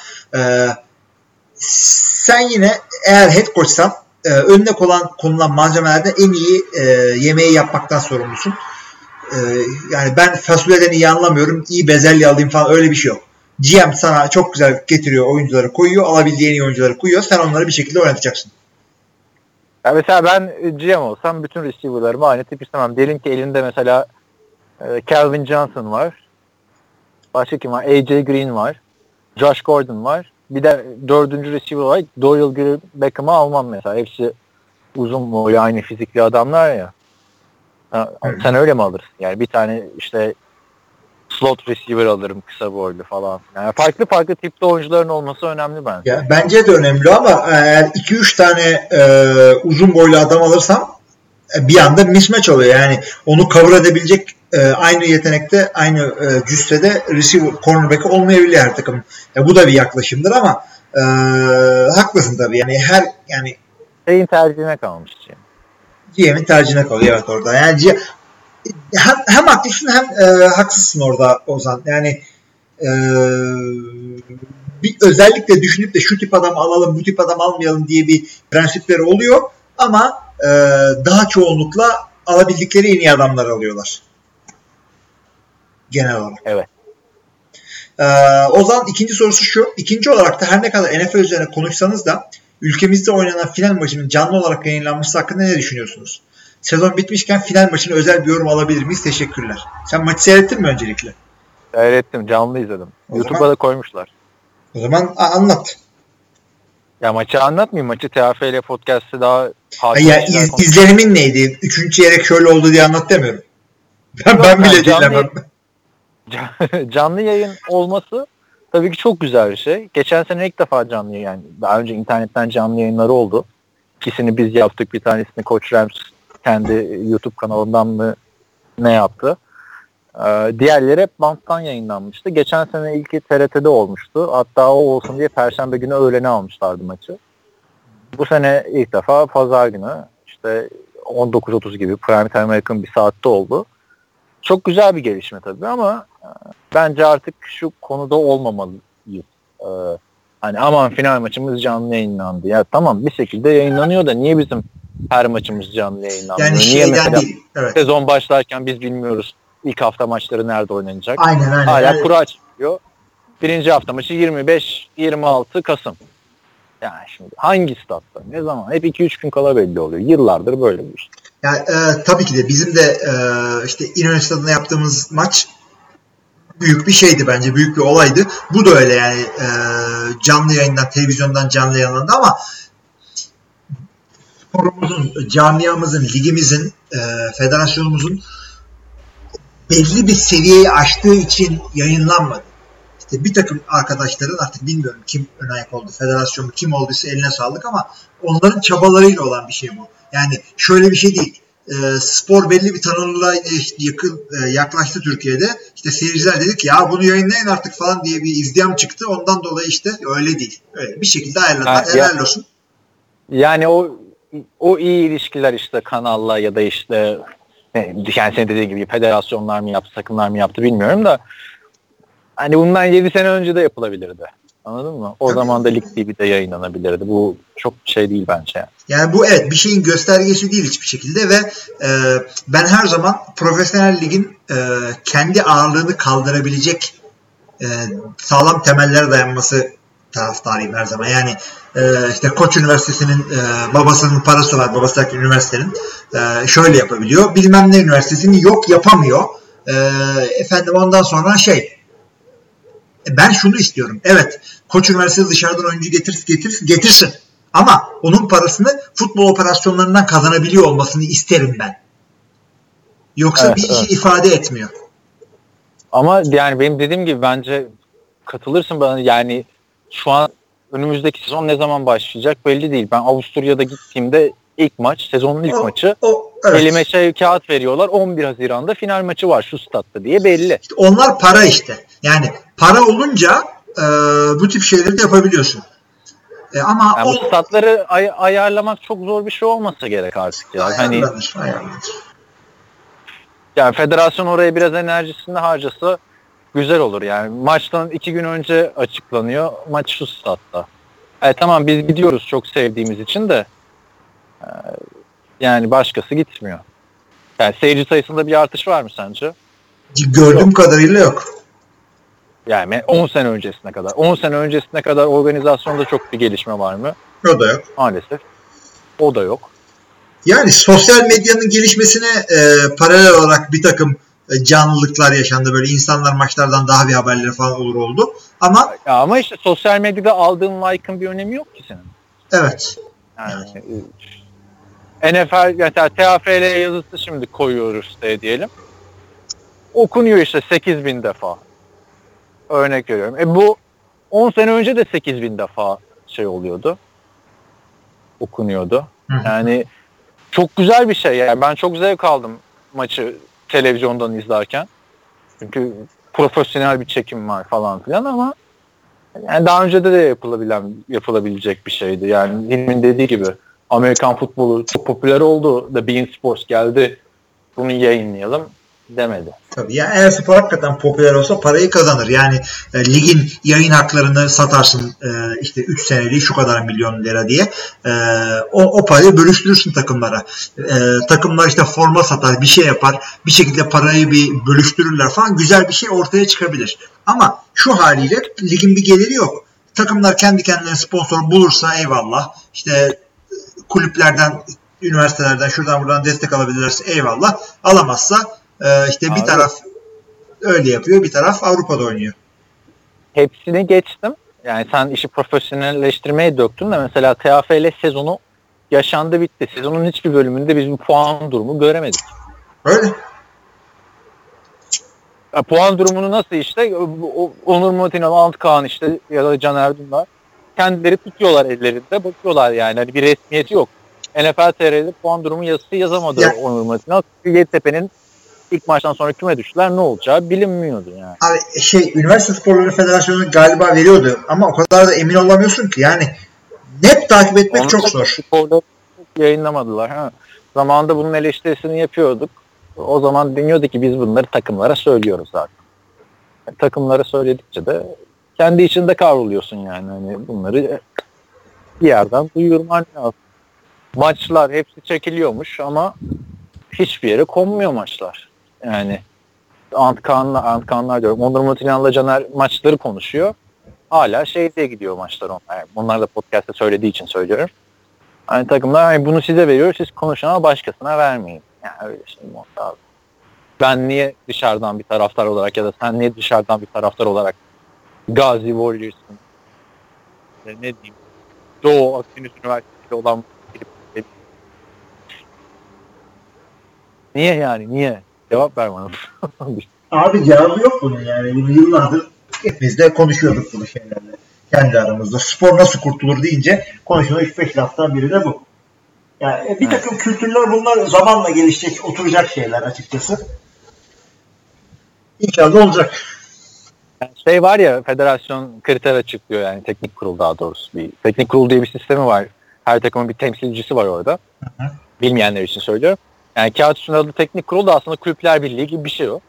sen yine eğer head coachsan önüne konulan malzemelerde en iyi yemeği yapmaktan sorumlusun. Yani ben fasulyeden iyi anlamıyorum. İyi bezelye alayım falan öyle bir şey yok. GM sana çok güzel getiriyor oyuncuları koyuyor. Alabildiği en iyi oyuncuları koyuyor. Sen onları bir şekilde oynatacaksın. Ya mesela ben GM olsam bütün receiver'larımı aynı tip istemem. Diyelim ki elinde mesela Calvin Johnson var. Başka kim var? AJ Green var. Josh Gordon var. Bir de 4. receiver var. Doyle Beckham'ı almam mesela. Hepsi uzun boylu aynı fizikli adamlar ya. Sen öyle mi alırsın? Yani bir tane işte slot receiver alırım kısa boylu falan. Yani farklı tipte oyuncuların olması önemli bence. Ya, bence de önemli ama eğer 2-3 tane uzun boylu adam alırsam bir anda mismatch oluyor. Yani onu cover edebilecek aynı yetenekte, aynı cüssede receiver, cornerback olmayabilir her takım. Bu da bir yaklaşımdır ama haklısın tabii. Yani şeyin tercihine kalmış. GM'in tercihine kalıyor evet orada. Yani hem haklısın hem haksızsın orada Ozan. Yani bir özellikle düşünüp de şu tip adam alalım, bu tip adam almayalım diye bir prensipleri oluyor ama daha çoğunlukla alabildikleri en iyi adamlar alıyorlar. Genel olarak. Evet. Ozan ikinci sorusu şu. İkinci olarak da her ne kadar NFL üzerine konuşsanız da ülkemizde oynanan final maçının canlı olarak yayınlanması hakkında ne düşünüyorsunuz? Sezon bitmişken final maçına özel bir yorum alabilir miyiz? Teşekkürler. Sen maçı seyrettin mi öncelikle? Seyrettim. Canlı izledim. YouTube'a da koymuşlar. O zaman anlat. Ya maçı anlatmayayım. Maçı TFL podcast'ı daha ya izlenimin neydi? 3. çeyrek şöyle oldu diye anlat demiyorum. Ben bile dinlemem. Canlı yayın olması tabii ki çok güzel bir şey. Geçen sene ilk defa canlı yayın. Yani daha önce internetten canlı yayınları oldu. İkisini biz yaptık. Bir tanesini Coach Rams kendi YouTube kanalından mı ne yaptı. Diğerleri hep banttan yayınlanmıştı. Geçen sene ilki TRT'de olmuştu. Hatta o olsun diye Perşembe günü öğlene almışlardı maçı. Bu sene ilk defa Pazar günü işte 19.30 gibi prime time'a yakın bir saatte oldu. Çok güzel bir gelişme tabii ama bence artık şu konuda olmamalıyız. Hani aman final maçımız canlı yayınlandı. Ya tamam bir şekilde yayınlanıyor da niye bizim her maçımız canlı yayınlanmıyor? Yani niye mesela değil. Evet. Sezon başlarken biz bilmiyoruz ilk hafta maçları nerede oynanacak? Aynen. Hala kura çıkıyor. Birinci hafta maçı 25-26 Kasım. Yani şimdi hangi statta, ne zaman? Hep 2-3 gün kala belli oluyor. Yıllardır böyle bir iş. Yani tabii ki de bizim de işte İnönü Stadı'nda yaptığımız maç büyük bir şeydi bence. Büyük bir olaydı. Bu da öyle yani canlı yayından, televizyondan canlı yayınlandı ama sporumuzun, camiamızın, ligimizin, federasyonumuzun belli bir seviyeyi aştığı için yayınlanmadı. İşte bir takım arkadaşların artık bilmiyorum kim ön ayak oldu, federasyon kim olduysa eline sağlık ama onların çabalarıyla olan bir şey bu. Yani şöyle bir şey değil. Spor belli bir tanınırlığa yaklaştı Türkiye'de. İşte seyirciler dedik ya bunu yayınlayın artık falan diye bir izdiham çıktı. Ondan dolayı işte öyle değil. Öyle bir şekilde ayarladılar. Helal olsun. Yani o iyi ilişkiler işte kanalla ya da işte yani senin dediğin gibi federasyonlar mı yaptı, takımlar mı yaptı bilmiyorum da hani bundan 7 sene önce de yapılabilirdi. Anladın mı? O zaman da Lig TV'de yayınlanabilirdi. Bu çok şey değil bence. Yani bu evet bir şeyin göstergesi değil hiçbir şekilde ve ben her zaman profesyonel ligin kendi ağırlığını kaldırabilecek sağlam temellere dayanması taraftarıyım her zaman. Yani işte Koç Üniversitesi'nin babasının parası var. Babası üniversitenin şöyle yapabiliyor. Bilmem ne üniversitesinin yok yapamıyor. Efendim ondan sonra ben şunu istiyorum. Evet Koç Üniversitesi dışarıdan oyuncu getirsin. Ama onun parasını futbol operasyonlarından kazanabiliyor olmasını isterim ben. Yoksa evet, bir şey ifade etmiyor. Ama yani benim dediğim gibi bence katılırsın bana yani şu an önümüzdeki sezon ne zaman başlayacak belli değil. Ben Avusturya'da gittiğimde sezonun ilk maçı evet. Elime kağıt veriyorlar 11 Haziran'da final maçı var şu statta diye belli. İşte onlar para işte. Yani para olunca bu tip şeyleri de yapabiliyorsun. Ama yani bu statları ayarlamak çok zor bir şey olmasa gerek artık ya. Ayarlanır. Yani federasyon oraya biraz enerjisini harcasa güzel olur yani. Maçtan 2 gün önce açıklanıyor. Maç şu statta. Tamam biz gidiyoruz çok sevdiğimiz için de yani başkası gitmiyor. Yani seyirci sayısında bir artış var mı sence? Gördüğüm kadarıyla yok. Yani 10 sene öncesine kadar. 10 sene öncesine kadar organizasyonda çok bir gelişme var mı? O da yok. Maalesef. O da yok. Yani sosyal medyanın gelişmesine paralel olarak bir takım canlılıklar yaşandı. Böyle insanlar maçlardan daha bir haberleri falan oldu. Ama işte sosyal medyada aldığın like'ın bir önemi yok ki senin. Evet. Yani NFL mesela TFL yazısı şimdi koyuyoruz diyelim. Okunuyor işte 8.000 defa. Örnek veriyorum. Bu 10 sene önce de 8.000 defa oluyordu. Okunuyordu. Yani çok güzel bir şey. Yani ben çok zevk aldım maçı televizyondan izlerken. Çünkü profesyonel bir çekim var falan filan ama yani daha önce de yapılabilecek bir şeydi. Yani Hilmi'nin dediği gibi Amerikan futbolu çok popüler oldu. The beIN Sports geldi. Bunu yayınlayalım demedi. Tabii yani eğer spor hakikaten popüler olsa parayı kazanır. Yani ligin yayın haklarını satarsın işte 3 seneliği şu kadar milyon lira diye. O parayı bölüştürürsün takımlara. Takımlar işte forma satar, bir şey yapar. Bir şekilde parayı bir bölüştürürler falan. Güzel bir şey ortaya çıkabilir. Ama şu haliyle ligin bir geliri yok. Takımlar kendi kendilerine sponsor bulursa eyvallah. İşte kulüplerden, üniversitelerden şuradan buradan destek alabilirlerse eyvallah. Alamazsa işte bir taraf öyle yapıyor, bir taraf Avrupa'da oynuyor. Hepsini geçtim. Yani sen işi profesyonelleştirmeye döktün de mesela TFL sezonu yaşandı bitti. Sezonun hiçbir bölümünde biz bir puan durumu göremedik. Öyle. Puan durumunu nasıl işte Onur Mutinal, Antkan işte ya da Caner Dündar kendileri tutuyorlar ellerinde bakıyorlar yani. Hani bir resmiyeti yok. NFL TR'de puan durumu yazısı yazamadı yani, Onur Mutinal. Yeditepe'nin ilk maçtan sonra küme düştüler. Ne olacağı bilinmiyordu yani. Abi Üniversite Sporları Federasyonu galiba veriyordu ama o kadar da emin olamıyorsun ki. Yani net takip etmek onu çok zor. Sporları yayınlamadılar. Zamanında bunun eleştirisini yapıyorduk. O zaman deniyordu ki biz bunları takımlara söylüyoruz zaten. Takımlara söyledikçe de kendi içinde kavruluyorsun yani. Hani bunları bir yerden duyurman lazım. Maçlar hepsi çekiliyormuş ama hiçbir yere konmuyor maçlar. Yani Antkanlar diyorum. Onur Mutinal'la Caner maçları konuşuyor. hala diye gidiyor maçlar onlar. Yani bunlar da podcast'ta söylediği için söylüyorum. Hani takımlar hani bunu size veriyor, siz konuşun ama başkasına vermeyin. Yani öyle şey mi oldu abi? Ben niye dışarıdan bir taraftar olarak ya da sen niye dışarıdan bir taraftar olarak Gazi Warriors'ın ne diyeyim Doğu Akdeniz Üniversitesi'nde olan niye yani? Niye? Cevap ver bana. Abi cevabı yok bunun yani. Bunu yıllardır hepimiz de konuşuyorduk bunu şeylerle. Kendi aramızda. Spor nasıl kurtulur deyince konuşulan 3-5 laftan biri de bu. Yani bir takım kültürler bunlar zamanla gelişecek, oturacak şeyler açıkçası. İnşallah olacak. Yani var ya federasyon kriter açıklıyor yani teknik kurul daha doğrusu. Bir teknik kurul diye bir sistemi var. Her takımın bir temsilcisi var orada. Hı. Bilmeyenler için söylüyorum. Yani kağıt üstünde adı teknik kurul da aslında Kulüpler Birliği gibi bir şey o.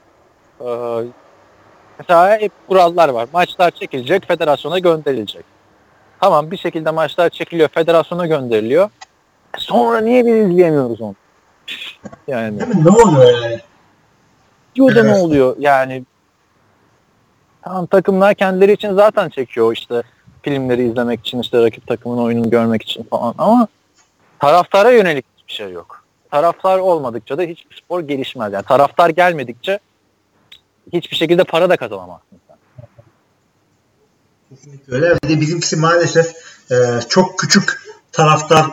Mesela hep kurallar var. Maçlar çekilecek, federasyona gönderilecek. Tamam bir şekilde maçlar çekiliyor, federasyona gönderiliyor. Sonra niye biz izleyemiyoruz onu? Yani. Ne oluyor yani? Diyor da ne oluyor? Yani tamam takımlar kendileri için zaten çekiyor işte filmleri izlemek için işte rakip takımın oyununu görmek için falan ama taraftara yönelik hiçbir şey yok. Taraftar olmadıkça da hiçbir spor gelişmez. Yani taraftar gelmedikçe hiçbir şekilde para da kazanamazsın sen. Kesinlikle öyle. Bir de bizimkisi maalesef çok küçük taraftar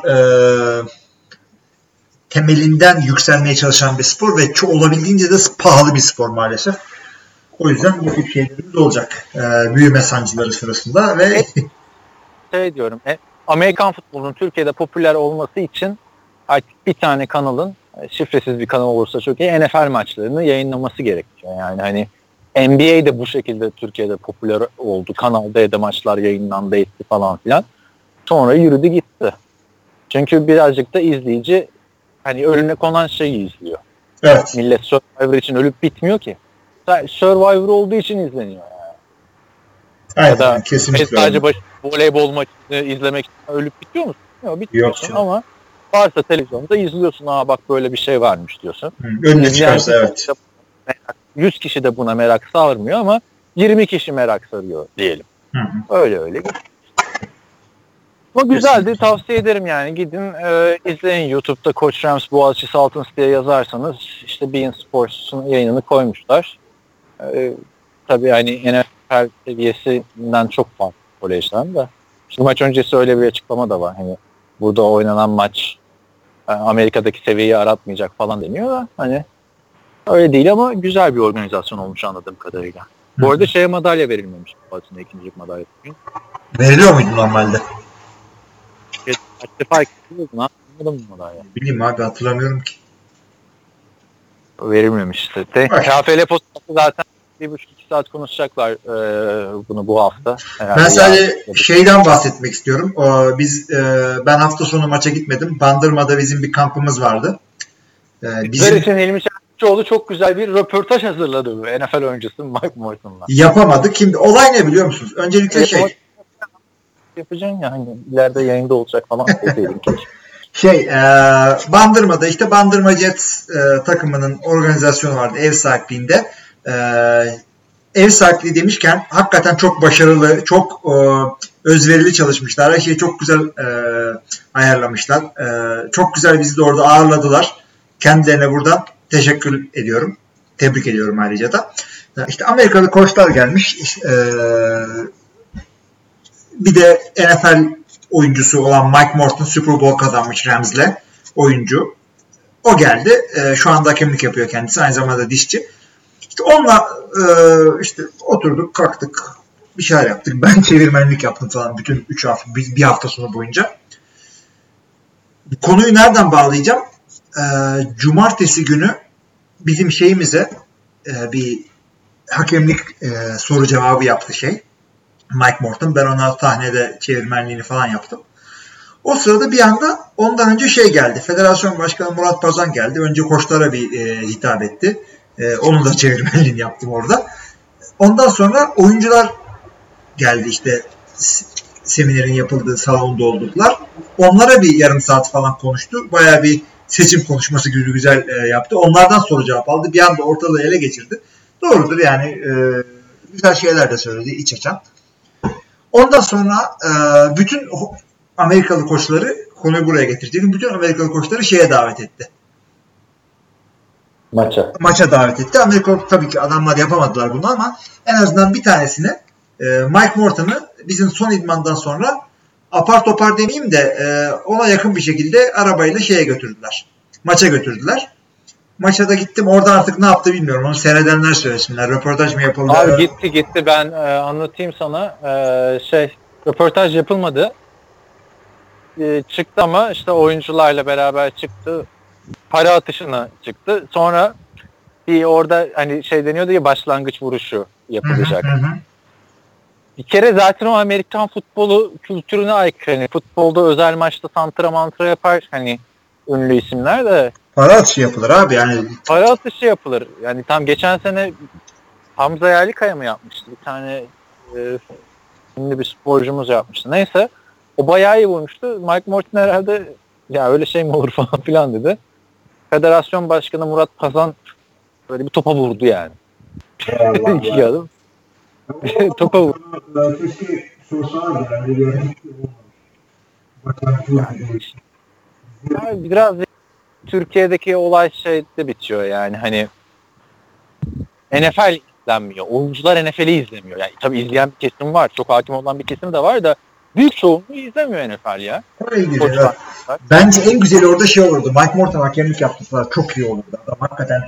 temelinden yükselmeye çalışan bir spor ve olabildiğince de pahalı bir spor maalesef. O yüzden bu tip şeylerimiz olacak. Büyüme sancıları sırasında ve diyorum. Amerikan futbolunun Türkiye'de popüler olması için artık bir tane kanalın şifresiz bir kanal olursa çok iyi NFL maçlarını yayınlaması gerekiyor. Yani hani NBA de bu şekilde Türkiye'de popüler oldu. Kanal D'de maçlar yayınlandı etti falan filan. Sonra yürüdü gitti. Çünkü birazcık da izleyici hani önüne konan şeyi izliyor. Evet. Millet Survivor için ölüp bitmiyor ki. Survivor olduğu için izleniyor yani. Aynen, ya da kesinlikle sadece voleybol maçını izlemek için ölüp bitiyor musun? Yok bitmiyorsun yok, ama varsa televizyonda izliyorsun. Bak böyle bir şey varmış diyorsun. Önüne çıkarsa evet. 100 kişi de buna merak sarmıyor ama 20 kişi merak sarıyor diyelim. Öyle. Ama güzeldi. Tavsiye ederim yani. Gidin izleyin. YouTube'da Koç Rams Boğaziçi Saltons diye yazarsanız işte Bein Sports'un yayınını koymuşlar. Tabii hani NFL seviyesinden çok farklı kolejden de. Şimdi maç öncesi öyle bir açıklama da var. Hani burada oynanan maç Amerika'daki seviyeyi aratmayacak falan deniyor da hani öyle değil ama güzel bir organizasyon olmuş anladığım kadarıyla. Bu arada madalya verilmemiş. Boğaziçi'nde ikincilik madalya. Veriliyor muydu normalde? Kaç defa ekliyordu lan? Anlamadım bu madalya. Bileyim abi hatırlamıyorum ki. Verilmemiş işte. KFL postası zaten 1,5-2 saat konuşacaklar bunu bu hafta. Ben sadece şeyden bahsetmek istiyorum. Ben hafta sonu maça gitmedim. Bandırma'da bizim bir kampımız vardı. Bizim için Hilmi Çeltikçioğlu çok güzel bir röportaj hazırladı NFL oyuncusu Mike Morton'la. Yapamadık. Şimdi olay ne biliyor musunuz? Öncelikle yapacaksın ya hani ileride yayında olacak falan dedim ki. Bandırma'da işte Bandırma Jets takımının organizasyonu vardı ev sahipliğinde. Ev sahipliği demişken hakikaten çok başarılı, çok özverili çalışmışlar. Her şeyi çok güzel ayarlamışlar. Çok güzel bizi de orada ağırladılar. Kendilerine buradan teşekkür ediyorum. Tebrik ediyorum ayrıca da. İşte Amerikalı koçlar gelmiş. Bir de NFL oyuncusu olan Mike Morton Super Bowl kazanmış Rams'le oyuncu. O geldi. Şu anda hakemlik yapıyor kendisi. Aynı zamanda dişçi. İşte onunla işte oturduk, kalktık. Bir şeyler yaptık. Ben çevirmenlik yaptım falan bütün 3 hafta, bir hafta sonu boyunca. Konuyu nereden bağlayacağım? Cumartesi günü bizim şeyimize bir hakemlik soru cevabı yaptı Mike Morton. Ben ona sahnede çevirmenliğini falan yaptım. O sırada bir anda ondan önce geldi. Federasyon Başkanı Murat Pazan geldi. Önce koçlara bir hitap etti. Onun da çevirmenliğini yaptım orada. Ondan sonra oyuncular geldi işte seminerin yapıldığı salonu doldurdular. Onlara bir yarım saat falan konuştu. Bayağı bir seçim konuşması gibi güzel yaptı. Onlardan soru cevap aldı. Bir anda ortalığı ele geçirdi. Doğrudur yani güzel şeyler de söyledi iç açan. Ondan sonra bütün Amerikalı koçları, konuyu buraya getirecek, bütün Amerikalı koçları şeye davet etti. Maça davet etti. Amerikalı tabii ki adamlar yapamadılar bunu ama en azından bir tanesini, Mike Morton'ı bizim son idmandan sonra apar topar demeyeyim de ona yakın bir şekilde arabayla şeye götürdüler. Maça götürdüler. Maça da gittim. Orada artık ne yaptı bilmiyorum. Onu seyredenler söylesinler. Röportaj mı yapıldı? Abi gitti. Ben anlatayım sana. Röportaj yapılmadı. Çıktı ama işte oyuncularla beraber çıktı. Para atışına çıktı. Sonra bir orada hani şey deniyordu ya, başlangıç vuruşu yapılacak. Bir kere zaten o Amerikan futbolu kültürüne aykırı. Hani futbolda özel maçta santra mantra yapar hani ünlü isimler de. Para atışı yapılır abi yani. Para atışı yapılır. Yani tam geçen sene Hamza Yerlikaya mı yapmıştı? Bir tane ünlü bir sporcumuz yapmıştı. Neyse. O bayağı iyi vurmuştu. Mike Morton herhalde ya öyle şey mi olur falan filan dedi. Federasyon Başkanı Murat Pazan böyle bir topa vurdu yani. İki adım. Topa vurdu. Yani biraz Türkiye'deki olay şeyde bitiyor yani hani NFL izlenmiyor. Oyuncular NFL'i izlemiyor. Yani tabii izleyen bir kesim var. Çok hakim olan bir kesim de var da büyük çoğunluğu izlemiyor NFL ya. Bence en güzeli orada şey olurdu. Mike Morton hakemlik yaptılar. Çok iyi olurdu. Adam hakikaten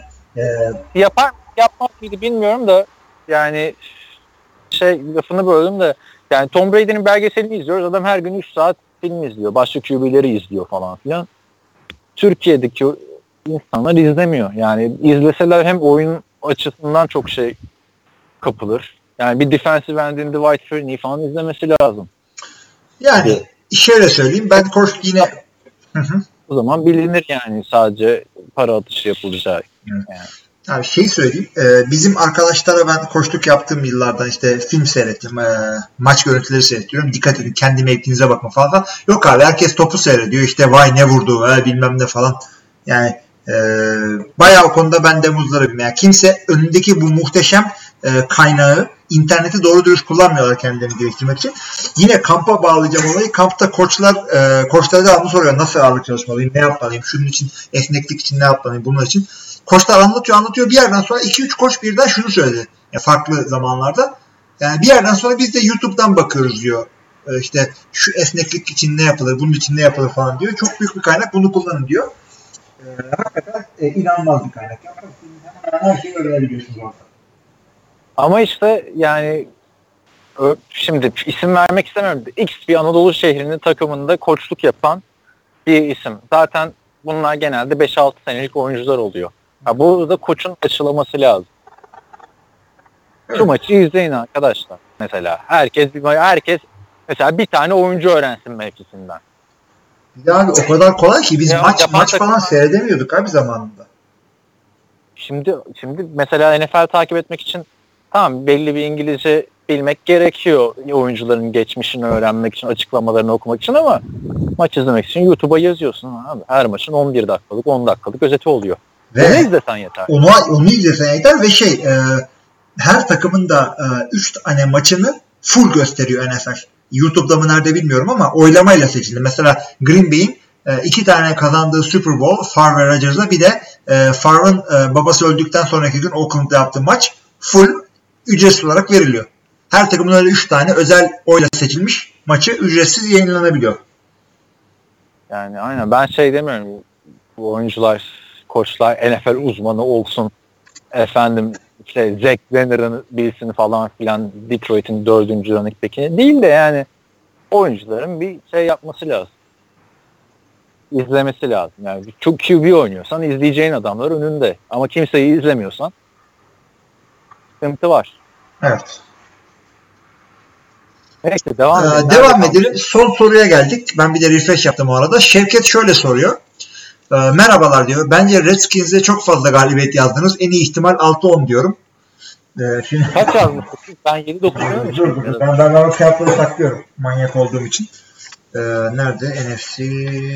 yapmaz mıydı bilmiyorum da yani lafını böldüm de yani Tom Brady'nin belgeselini izliyoruz. Adam her gün 3 saat film izliyor. Başka QB'leri izliyor falan filan. Türkiye'deki insanlar izlemiyor. Yani izleseler hem oyun açısından çok şey kapılır. Yani bir defensive end'in Dwight Freeney falan izlemesi lazım. Yani şöyle söyleyeyim, ben yine o zaman bilinir yani sadece para atışı yapılacak. Yani. Abi söyleyeyim, bizim arkadaşlara ben koçluk yaptığım yıllardan işte film seyrettim, maç görüntüleri seyrediyorum, dikkat edin kendi mevkinize bakma falan. Yok abi, herkes topu seyrediyor, işte vay ne vurdu bilmem ne falan. Yani bayağı o konuda ben de muzdaribim. Yani kimse önündeki bu muhteşem kaynağı, interneti doğru dürüst kullanmıyorlar kendilerini geliştirmek için. Yine kampa bağlayacağım olayı. Kampta koçlara devamlı soruyor. Nasıl ağırlık çalışmalıyım? Ne yapmalıyım? Şunun için, esneklik için ne yapmalıyım? Bunun için. Koçlar anlatıyor. Bir yerden sonra 2-3 koç birden şunu söyledi. Yani farklı zamanlarda. Yani bir yerden sonra biz de YouTube'dan bakıyoruz diyor. İşte şu esneklik için ne yapılır? Bunun için ne yapılır falan diyor. Çok büyük bir kaynak. Bunu kullanın diyor. Hakikaten inanılmaz bir kaynak. Her şeyi öğrenebiliyorsunuz orada. Ama işte yani şimdi isim vermek istemiyorum. X bir Anadolu şehrinin takımında koçluk yapan bir isim. Zaten bunlar genelde 5-6 senelik oyuncular oluyor. Burada koçun açıklaması lazım. Evet. Şu maçı izleyin arkadaşlar. Mesela herkes mesela bir tane oyuncu öğrensin mevkisinden. Yani o kadar kolay ki biz maç falan seyredemiyorduk abi zamanında. Şimdi mesela NFL takip etmek için tamam belli bir İngilizce bilmek gerekiyor oyuncuların geçmişini öğrenmek için, açıklamalarını okumak için ama maç izlemek için YouTube'a yazıyorsun abi. Her maçın 11 dakikalık, 10 dakikalık özeti oluyor. Ve onu izlesen yeter. Onu izlesen yeter ve her takımın da 3 tane maçını full gösteriyor NFL. YouTube'da mı nerede bilmiyorum ama oylamayla seçildi. Mesela Green Bay'in 2 tane kazandığı Super Bowl, Favre ve Rodgers'la, bir de Favre'ın babası öldükten sonraki gün Oakland'da yaptığı maç full ücretsiz olarak veriliyor. Her takımın öyle 3 tane özel oyla seçilmiş maçı ücretsiz yayınlanabiliyor. Yani aynen, ben demiyorum, bu oyuncular, koçlar NFL uzmanı olsun, efendim Zach Zenner'ın bilsin falan filan, Detroit'in 4. running back'ini değil de yani oyuncuların bir yapması lazım. İzlemesi lazım. Yani çok QB oynuyorsan izleyeceğin adamlar önünde. Ama kimseyi izlemiyorsan sıkıntı var. Evet. Neyse devam edelim. Son soruya geldik. Ben bir de refresh yaptım o arada. Şevket şöyle soruyor. Merhabalar diyor. Bence Redskins'e çok fazla galibiyet yazdınız. En iyi ihtimal 6-10 diyorum. Şimdi... Kaç yazmışsın? Ben 7-9 diyorum. Ben o kağıtları saklıyorum. Manyak olduğum için. Nerede? NFC.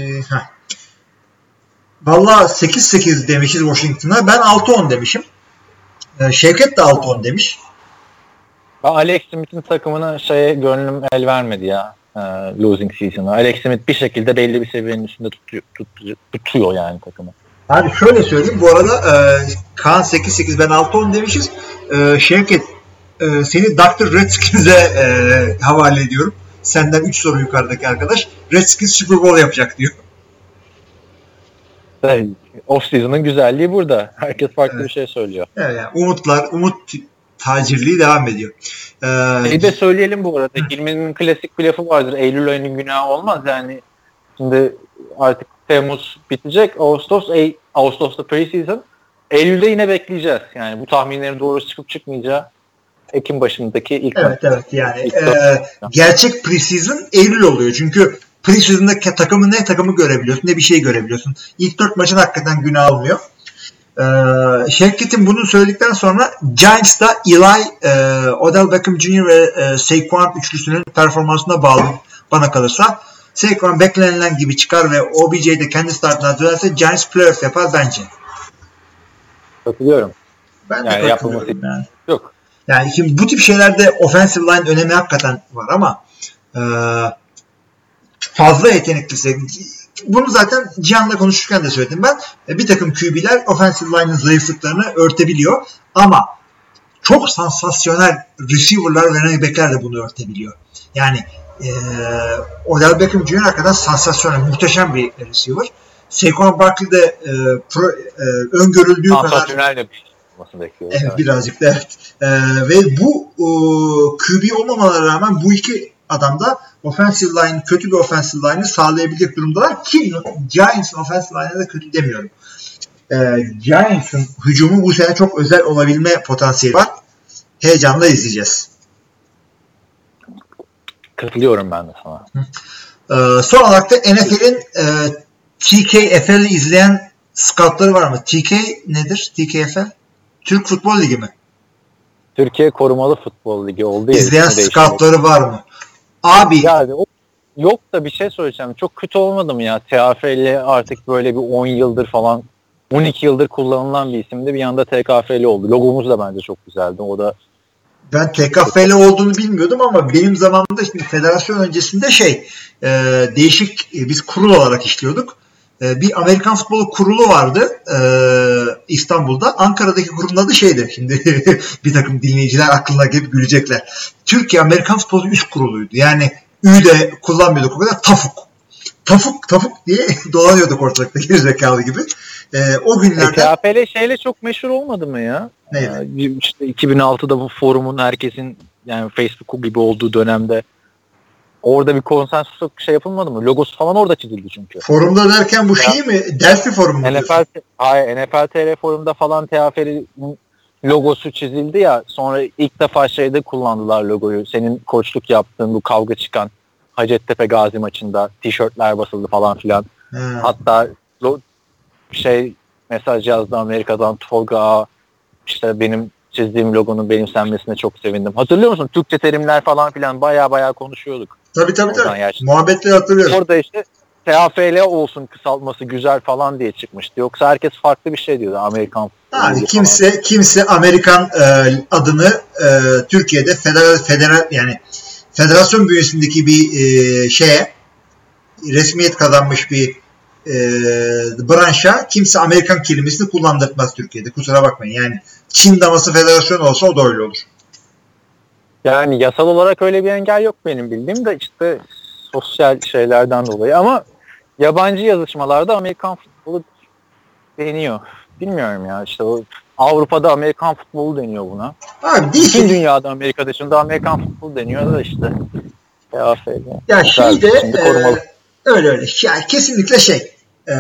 Valla 8-8 demişiz Washington'a. Ben 6-10 demişim. Şevket de 6-10 demiş. Alex Smith'in takımına gönlüm el vermedi ya. Losing season'a. Alex Smith bir şekilde belli bir seviyenin üstünde tutuyor yani takımı. Abi şöyle söyleyeyim. Bu arada Kaan 8-8 ben 6-10 demişiz. Şevket seni Dr. Redskins'e havale ediyorum. Senden 3 soru yukarıdaki arkadaş. Redskins Super Bowl yapacak diyor. Off-season'ın güzelliği burada. Herkes farklı bir şey söylüyor. Evet, yani umut tacirliği devam ediyor. Bir de söyleyelim bu arada. Hilmi'nin klasik bir lafı vardır. Eylül ayının günahı olmaz yani. Şimdi artık Temmuz bitecek. Ağustos'ta preseason. Eylül'de yine bekleyeceğiz. Yani bu tahminlerin doğru çıkıp çıkmayacağı Ekim başındaki ilk Evet yani gerçek preseason Eylül oluyor. Çünkü preseason'da takımı görebiliyorsun ne bir şey görebiliyorsun. İlk 4 maçın hakikaten günah almıyor. Şevket'in bunu söyledikten sonra Giants'ta Eli, Odell Beckham Jr. ve Saquon üçlüsünün performansına bağlı bana kalırsa. Saquon beklenilen gibi çıkar ve OBJ de kendi startına dönerse Giants playoff yapar bence. Katılıyorum. Ben de katılıyorum yani. Yok. Yani şimdi bu tip şeylerde offensive line önemi hakikaten var ama fazla yetenekliyse bunu zaten Cihan'la konuşurken de söyledim ben. Bir takım QB'ler offensive line'ın zayıflıklarını örtebiliyor ama çok sansasyonel receiver'lar ve running back'ler de bunu örtebiliyor. Yani Odell Beckham Jr. hakikaten sansasyonel, muhteşem bir receiver. Saquon Barkley de öngörüldüğü kadar sansasyonel de bir olmasını bekliyoruz. Evet, birazcık da evet. Ve bu QB olmamalarına rağmen bu iki adam da offensive line, kötü bir offensive line'ı sağlayabilecek durumdalar ki Giants'ın offensive line'ı da kötü demiyorum. Giants'ın hücumu bu sene çok özel olabilme potansiyeli var. Heyecanla izleyeceğiz. Katılıyorum ben de sana. Son olarak da NFL'in TKFL'i izleyen scoutları var mı? TK nedir? TKFL? Türk Futbol Ligi mi? Türkiye Korumalı Futbol Ligi oldu ya. İzleyen scoutları var mı? Abi. Yani yok da bir şey söyleyeceğim. Çok kötü olmadı mı ya? TKFL artık böyle bir 10 yıldır falan 12 yıldır kullanılan bir isimdi. Bir anda TKFL oldu. Logomuz da bence çok güzeldi. O da ben TKFL olduğunu bilmiyordum ama benim zamanımda şimdi federasyon öncesinde değişik biz kurul olarak işliyorduk. Bir Amerikan Futbolu Kurulu vardı İstanbul'da. Ankara'daki kurulun adı şeydi. Şimdi bir takım dinleyiciler aklına gelip gülecekler. Türkiye Amerikan Futbolu Üst Kurulu'ydu. Yani Ü de kullanmıyorduk o kadar. Tafuk diye dolanıyorduk ortalıkta gerizekalı gibi. O günlerde TKFL şeyle çok meşhur olmadı mı ya? Neydi? İşte 2006'da bu forumun herkesin yani Facebook gibi olduğu dönemde orada bir konsensus yapılmadı mı? Logosu falan orada çizildi çünkü. Forumda derken bu şey mi? Delphi forumu mu? NFL TR forumda falan TFL'in logosu çizildi ya. Sonra ilk defa kullandılar logoyu. Senin koçluk yaptığın bu kavga çıkan Hacettepe Gazi maçında tişörtler basıldı falan filan. Hatta mesaj yazdı Amerika'dan Tolga işte benim çizdiğim logonun benimsenmesine çok sevindim. Hatırlıyor musun? Türkçe terimler falan filan baya konuşuyorduk. Tabii. Muhabbetleri hatırlıyorum. Orada işte TFL olsun kısaltması güzel falan diye çıkmıştı. Yoksa herkes farklı bir şey diyordu. Amerikan. Yani kimse Amerikan adını Türkiye'de federal yani federasyon bünyesindeki bir resmiyet kazanmış bir branşa kimse Amerikan kelimesini kullandırtmaz Türkiye'de. Kusura bakmayın. Yani Çin daması federasyon olsa o da öyle olur. Yani yasal olarak öyle bir engel yok benim bildiğim de işte sosyal şeylerden dolayı ama yabancı yazışmalarda Amerikan futbolu deniyor. Bilmiyorum ya işte o Avrupa'da Amerikan futbolu deniyor buna. Abi bütün dünyada Amerika dışında Amerikan futbolu deniyor da işte. Ya öyle. Yani kesinlikle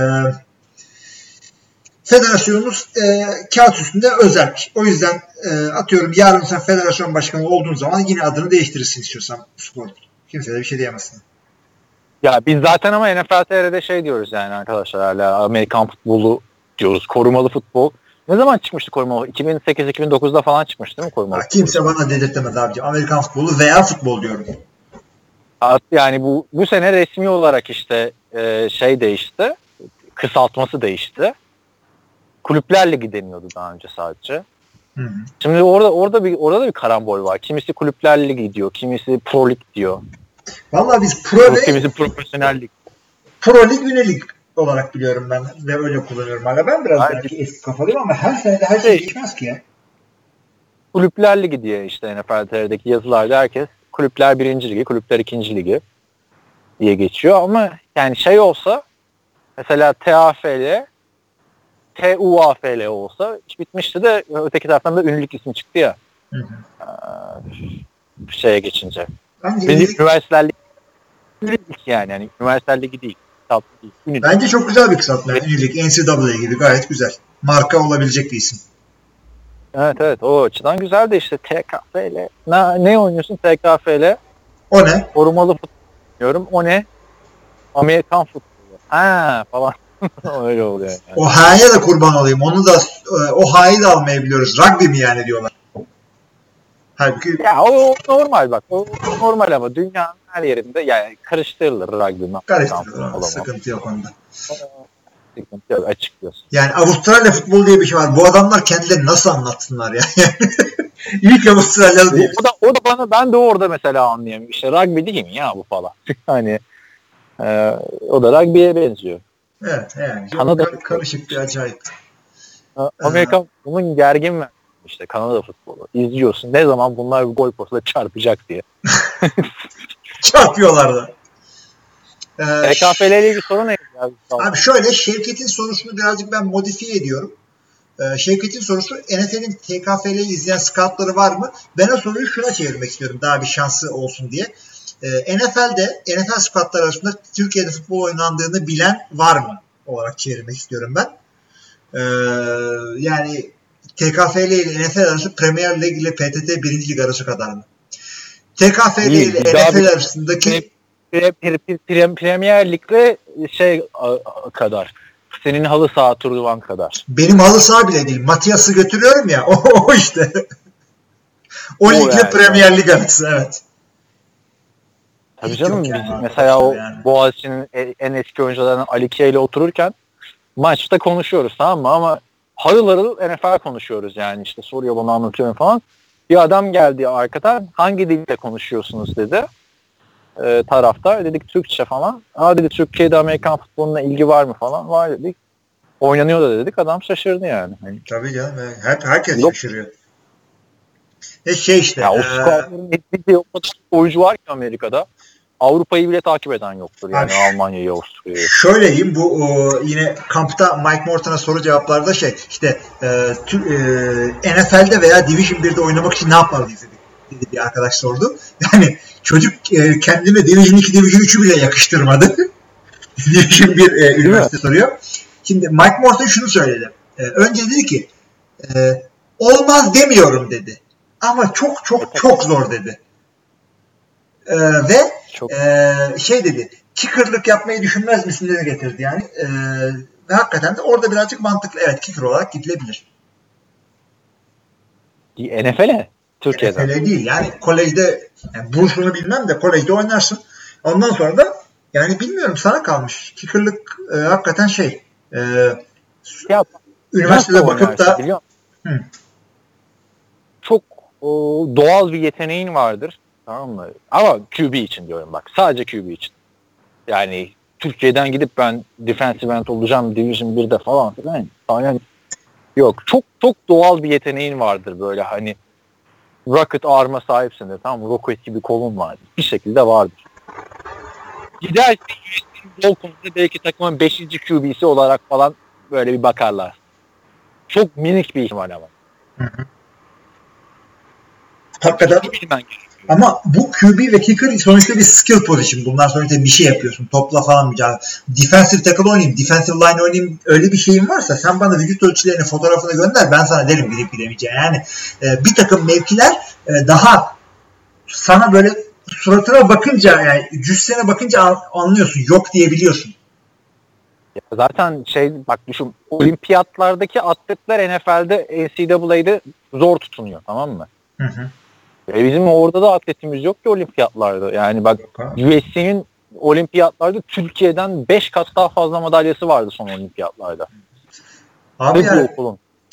federasyonumuz kağıt üstünde özel. O yüzden atıyorum yarın sen federasyon başkanı olduğun zaman yine adını değiştirirsin istiyorsan spor. Kimse de bir şey diyemezsin. Ya biz zaten ama NFL TR'de diyoruz yani arkadaşlar hala Amerikan futbolu diyoruz. Korumalı futbol. Ne zaman çıkmıştı korumalı? 2008-2009'da falan çıkmıştı değil mi korumalı? Kimse bana dedirtemez abicim. Amerikan futbolu veya futbol diyorum. Yani bu sene resmi olarak işte değişti. Kısaltması değişti. Kulüpler Ligi deniyordu daha önce sadece. Hı. Şimdi orada da bir karambol var. Kimisi kulüpler ligi diyor, kimisi pro lig diyor. Vallahi biz pro ve Kimisi profesyonel lig. pro lig, ünelik olarak biliyorum ben ve öyle kullanıyorum hala. Ben biraz Hayır. belki eski kafalıyım ama her sene de her şey değişmez ki ya. Kulüpler ligi diye işte NFL TR'deki yazılarda herkes kulüpler 1. ligi, kulüpler 2. ligi diye geçiyor ama yani şey olsa mesela TAFL, TUAFL olsa iş bitmişti de öteki taraftan da ünlülük ismi çıktı ya. Hı hı. Şeye geçince. Bence, Üniversiteler ligi yani üniversiteler ligi değil. Ünlülük. bence çok güzel bir kısaltma. Yani ünelik, NCAA gibi gayet güzel. Marka olabilecek bir isim. Evet o açıdan güzel de işte TKFL. Ne oynuyorsun TKFL? O ne? Korumalı futbol oynuyorum. O ne? Amerikan futbolu. Ha falan. Öyle oluyor yani. O ha'ya da kurban olayım. Onu da o ha'yı da almayabiliyoruz. Rugby mi yani diyorlar. Halbuki Ya o normal bak. O normal ama dünyanın her yerinde yani karıştırılır rugby. karıştırıyorlar. Sıkıntı yok onda. Sıkıntı yok, açıklıyorsun. Yani Avustralya futbolu diye bir şey var. Bu adamlar kendileri nasıl anlatsınlar ya? İlk Avustralyalı değil. O da bana, ben de orada mesela anlayamıyorum. İşte rugby değil mi ya bu falan. Hani o da rugby'ye benziyor. Evet yani. Kanada Karışık bir acayip. Amerikan bunun gergin mi? İşte Kanada futbolu. İzliyorsun. Ne zaman bunlar gol postuna çarpacak diye. Çarpıyorlar da. TKFL ile ilgili sorun neydi? Abi şöyle, Şevket'in sorusunu birazcık ben modifiye ediyorum. Şevket'in sorusu, NFL'in TKFL'yi izleyen scoutları var mı? Ben o soruyu şuna çevirmek istiyorum daha bir şansı olsun diye. NFL'de NFL scoutlar arasında Türkiye'de futbol oynandığını bilen var mı olarak çevirmek istiyorum ben. Yani TKFL ile NFL arası Premier Lig ile PTT 1. Lig arası kadar mı? TKFL ile NFL arasındaki Premier Lig'de kadar. Senin halı saha turnuvan kadar. Benim halı saha bile değil. Matias'ı götürüyorum ya. O işte. O ligle yani, Premier Lig arası. Evet. Tabii canım. Yani, mesela o yani. Boğaziçi'nin en eski oyuncularından Ali K ile otururken maçta konuşuyoruz, tamam mı? Ama harıl NFL konuşuyoruz yani. İşte soruyor, bana anlatıyorum falan. Bir adam geldi arkadan. Hangi dilde konuşuyorsunuz dedi. Taraftar. Dedik Türkçe falan. Dedi Türkiye'de Amerikan futboluna ilgi var mı falan. Var dedik. Oynanıyor da dedik. Adam şaşırdı yani. Tabii canım. Herkes şaşırıyor. İşte. Ya o scoutların etkili o kadar oyuncu var ki Amerika'da. Avrupa'yı bile takip eden yoktur yani. Almanya'yı, Avusturya'yı. Şöyle diyeyim, bu yine kampta Mike Morton'a soru cevaplarda işte NFL'de veya Division 1'de oynamak için ne yapmalıyız dedi bir arkadaş sordu. Yani çocuk kendine Division 2, Division 3'ü bile yakıştırmadı. Division 1 üniversite soruyor. Şimdi Mike Morton şunu söyledi. Önce dedi ki olmaz demiyorum dedi. Ama çok zor dedi. Ve dedi, kicker'lık yapmayı düşünmez misin dedi, getirdi yani. Ve hakikaten de orada birazcık mantıklı. Evet, kicker olarak gidilebilir. NFL'e? Türkiye'de. NFL'e değil yani, kolejde yani bursunu bilmem de kolejde oynarsın. Ondan sonra da yani bilmiyorum, sana kalmış. Kicker'lık hakikaten üniversitede bakıp da çok doğal bir yeteneğin vardır. Tamam mı? Ama QB için diyorum bak. Sadece QB için. Yani Türkiye'den gidip ben defensive end olacağım Division 1'de falan filan. Yani yok. Çok doğal bir yeteneğin vardır böyle, hani rocket arm'a sahipsindir. Tamam mı? Rocket gibi kolun vardır. Bir şekilde vardır. Gidersin bol konusunda belki takımın 5. QB'si olarak falan böyle bir bakarlar. Çok minik bir ihtimal ama. Hakikaten. Ama bu QB ve kicker sonuçta bir skill position. Bunlar sonuçta bir şey yapıyorsun. Topla falan mücadele. Defensive tackle oynayayım, defensive line oynayayım, öyle bir şeyin varsa sen bana vücut ölçülerini, fotoğrafını gönder. Ben sana derim gidip gidemeyeceğim. Yani bir takım mevkiler daha sana böyle suratına bakınca, yani cüssene bakınca anlıyorsun. Yok diyebiliyorsun. Zaten bak düşün, olimpiyatlardaki atletler NFL'de, NCAA'de zor tutunuyor, tamam mı? Hı. Bizim orada da atletimiz yok ki olimpiyatlarda. Yani bak, USC'nin olimpiyatlarda Türkiye'den 5 kat daha fazla madalyası vardı son olimpiyatlarda. Abi yani,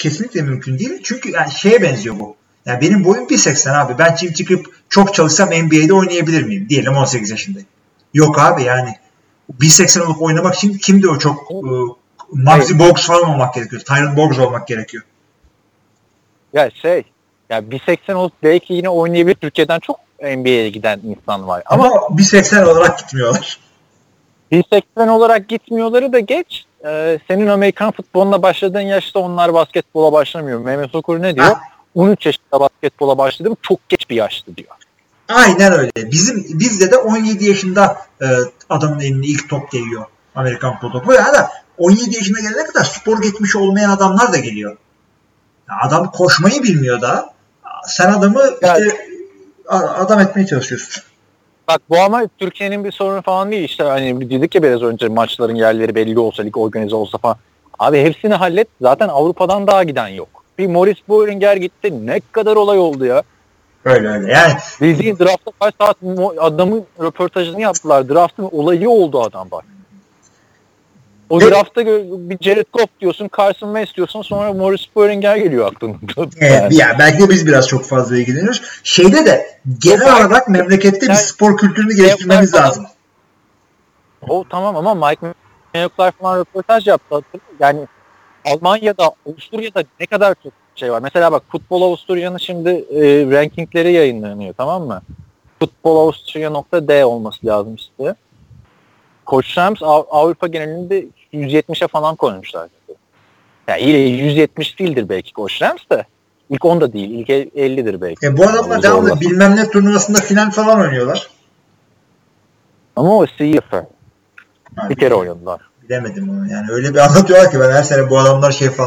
kesinlikle mümkün değil. Çünkü yani şeye benziyor bu. Yani benim boyum 1.80 abi. Ben şimdi çıkıp çok çalışsam NBA'de oynayabilir miyim? Diyelim 18 yaşındayım. Yok abi yani 1.80 olup oynamak için kimdi o çok Maxi Bogues falan olmak gerekiyor. Tyron Bogues olmak gerekiyor. Ya ya 1.80 olup belki yine oynayabilir. Türkiye'den çok NBA'ye giden insan var. Ama 1.80 olarak gitmiyorlar. 1.80 olarak gitmiyorları da geç. Senin Amerikan futboluna başladığın yaşta onlar basketbola başlamıyor. Mehmet Okur ne diyor? 13 yaşında basketbola başladım. Çok geç bir yaştı diyor. Aynen öyle. Bizde de 17 yaşında adamın eline ilk top değiyor Amerikan futbolu. Yani 17 yaşına gelene kadar spor geçmiş olmayan adamlar da geliyor. Adam koşmayı bilmiyor da. Sen adamı işte adam etmeye çalışıyorsun. Bak bu ama Türkiye'nin bir sorunu falan değil. İşte hani dedik ya biraz önce maçların yerleri belli olsa, lig organize olsa falan. Abi hepsini hallet. Zaten Avrupa'dan daha giden yok. Bir Morris Boehringer gitti. Ne kadar olay oldu ya. Öyle. Yani bildiğin draftta kaç saat adamın röportajını yaptılar. Draftın olayı oldu adam bak. O draftta bir Jared Goff diyorsun, Carson Wentz diyorsun, sonra Morris Boehringer geliyor aklına. Evet, yani belki de biz biraz çok fazla ilgileniyoruz. Şeyde de genel olarak memlekette bir spor kültürünü geliştirmemiz lazım. O tamam ama Mike Mayock'lar falan röportaj yaptı. Yani Almanya'da, Avusturya'da ne kadar çok şey var. Mesela bak Futbol Avusturya'nın şimdi rankingleri yayınlanıyor, tamam mı? Futbolavusturya.d olması lazım işte. Koç Rams Avrupa genelinde 170'e falan koymuşlar. Yani yine 170 değildir belki Koç Rams da. İlk 10 da değil. İlk 50'dir belki. Bu adamlar devamlı bilmem ne turnuvasında final falan oynuyorlar. Ama o CFR. Bir kere oynadılar. Bilemedim onu. Yani öyle bir anlatıyorlar ki ben her sene bu adamlar şey falan.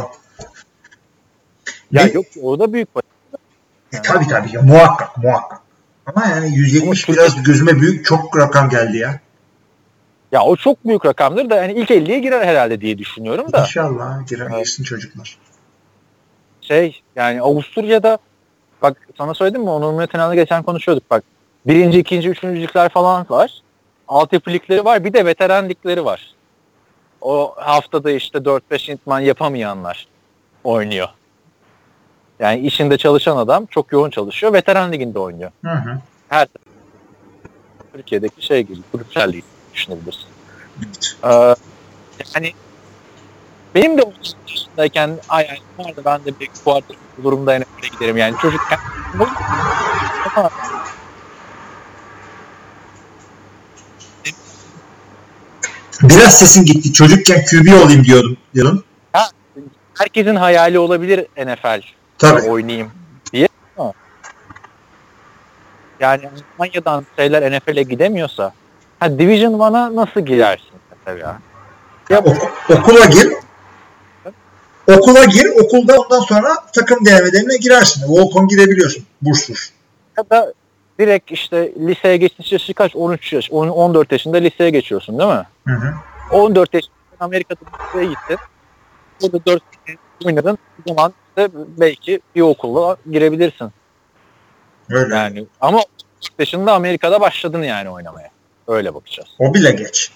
Ya yok o da büyük. Yani. Tabii ya, muhakkak. Ama yani 170 biraz gözüme büyük çok rakam geldi ya. Ya o çok büyük rakamdır da yani ilk 50'ye girer herhalde diye düşünüyorum da. İnşallah girsin çocuklar. Yani Avusturya'da bak sana söyledim mi? Onur Murat geçen konuşuyorduk bak. 1. 2. 3. ligler falan var. Altyapı ligleri var. Bir de veteran ligleri var. O haftada işte 4-5 idman yapamayanlar oynuyor. Yani işinde çalışan adam çok yoğun çalışıyor. Veteran liginde oynuyor. Hı. Her Türkiye'deki şey gibi. Kulüpsel lig düşünebilirsin. Yani benim de 30 yaşındayken hayalim vardı. Ben de bir kuartır durumda NFL'e giderim. Yani çocukken ama biraz sesin gitti. Çocukken QB olayım diyordum. Herkesin hayali olabilir NFL. Tabii. Oynayayım diye. Ama yani Almanya'dan şeyler NFL'e gidemiyorsa Division 1'a nasıl girersin mesela? Ya okula gir. Okulda ondan sonra takım denemelerine girersin. Volkon girebiliyorsun. Bursuz. Ya da direkt işte liseye geçiş yaşı kaç? 13 yaş. 14 yaşında liseye geçiyorsun değil mi? Hı. 14 yaşında Amerika'da liseye gittin. Burada 4 sene oynadın. O zaman işte belki bir okula girebilirsin. Öyle. Yani ama 14 yaşında Amerika'da başladın yani oynamaya. Öyle bakacağız. O bile geç.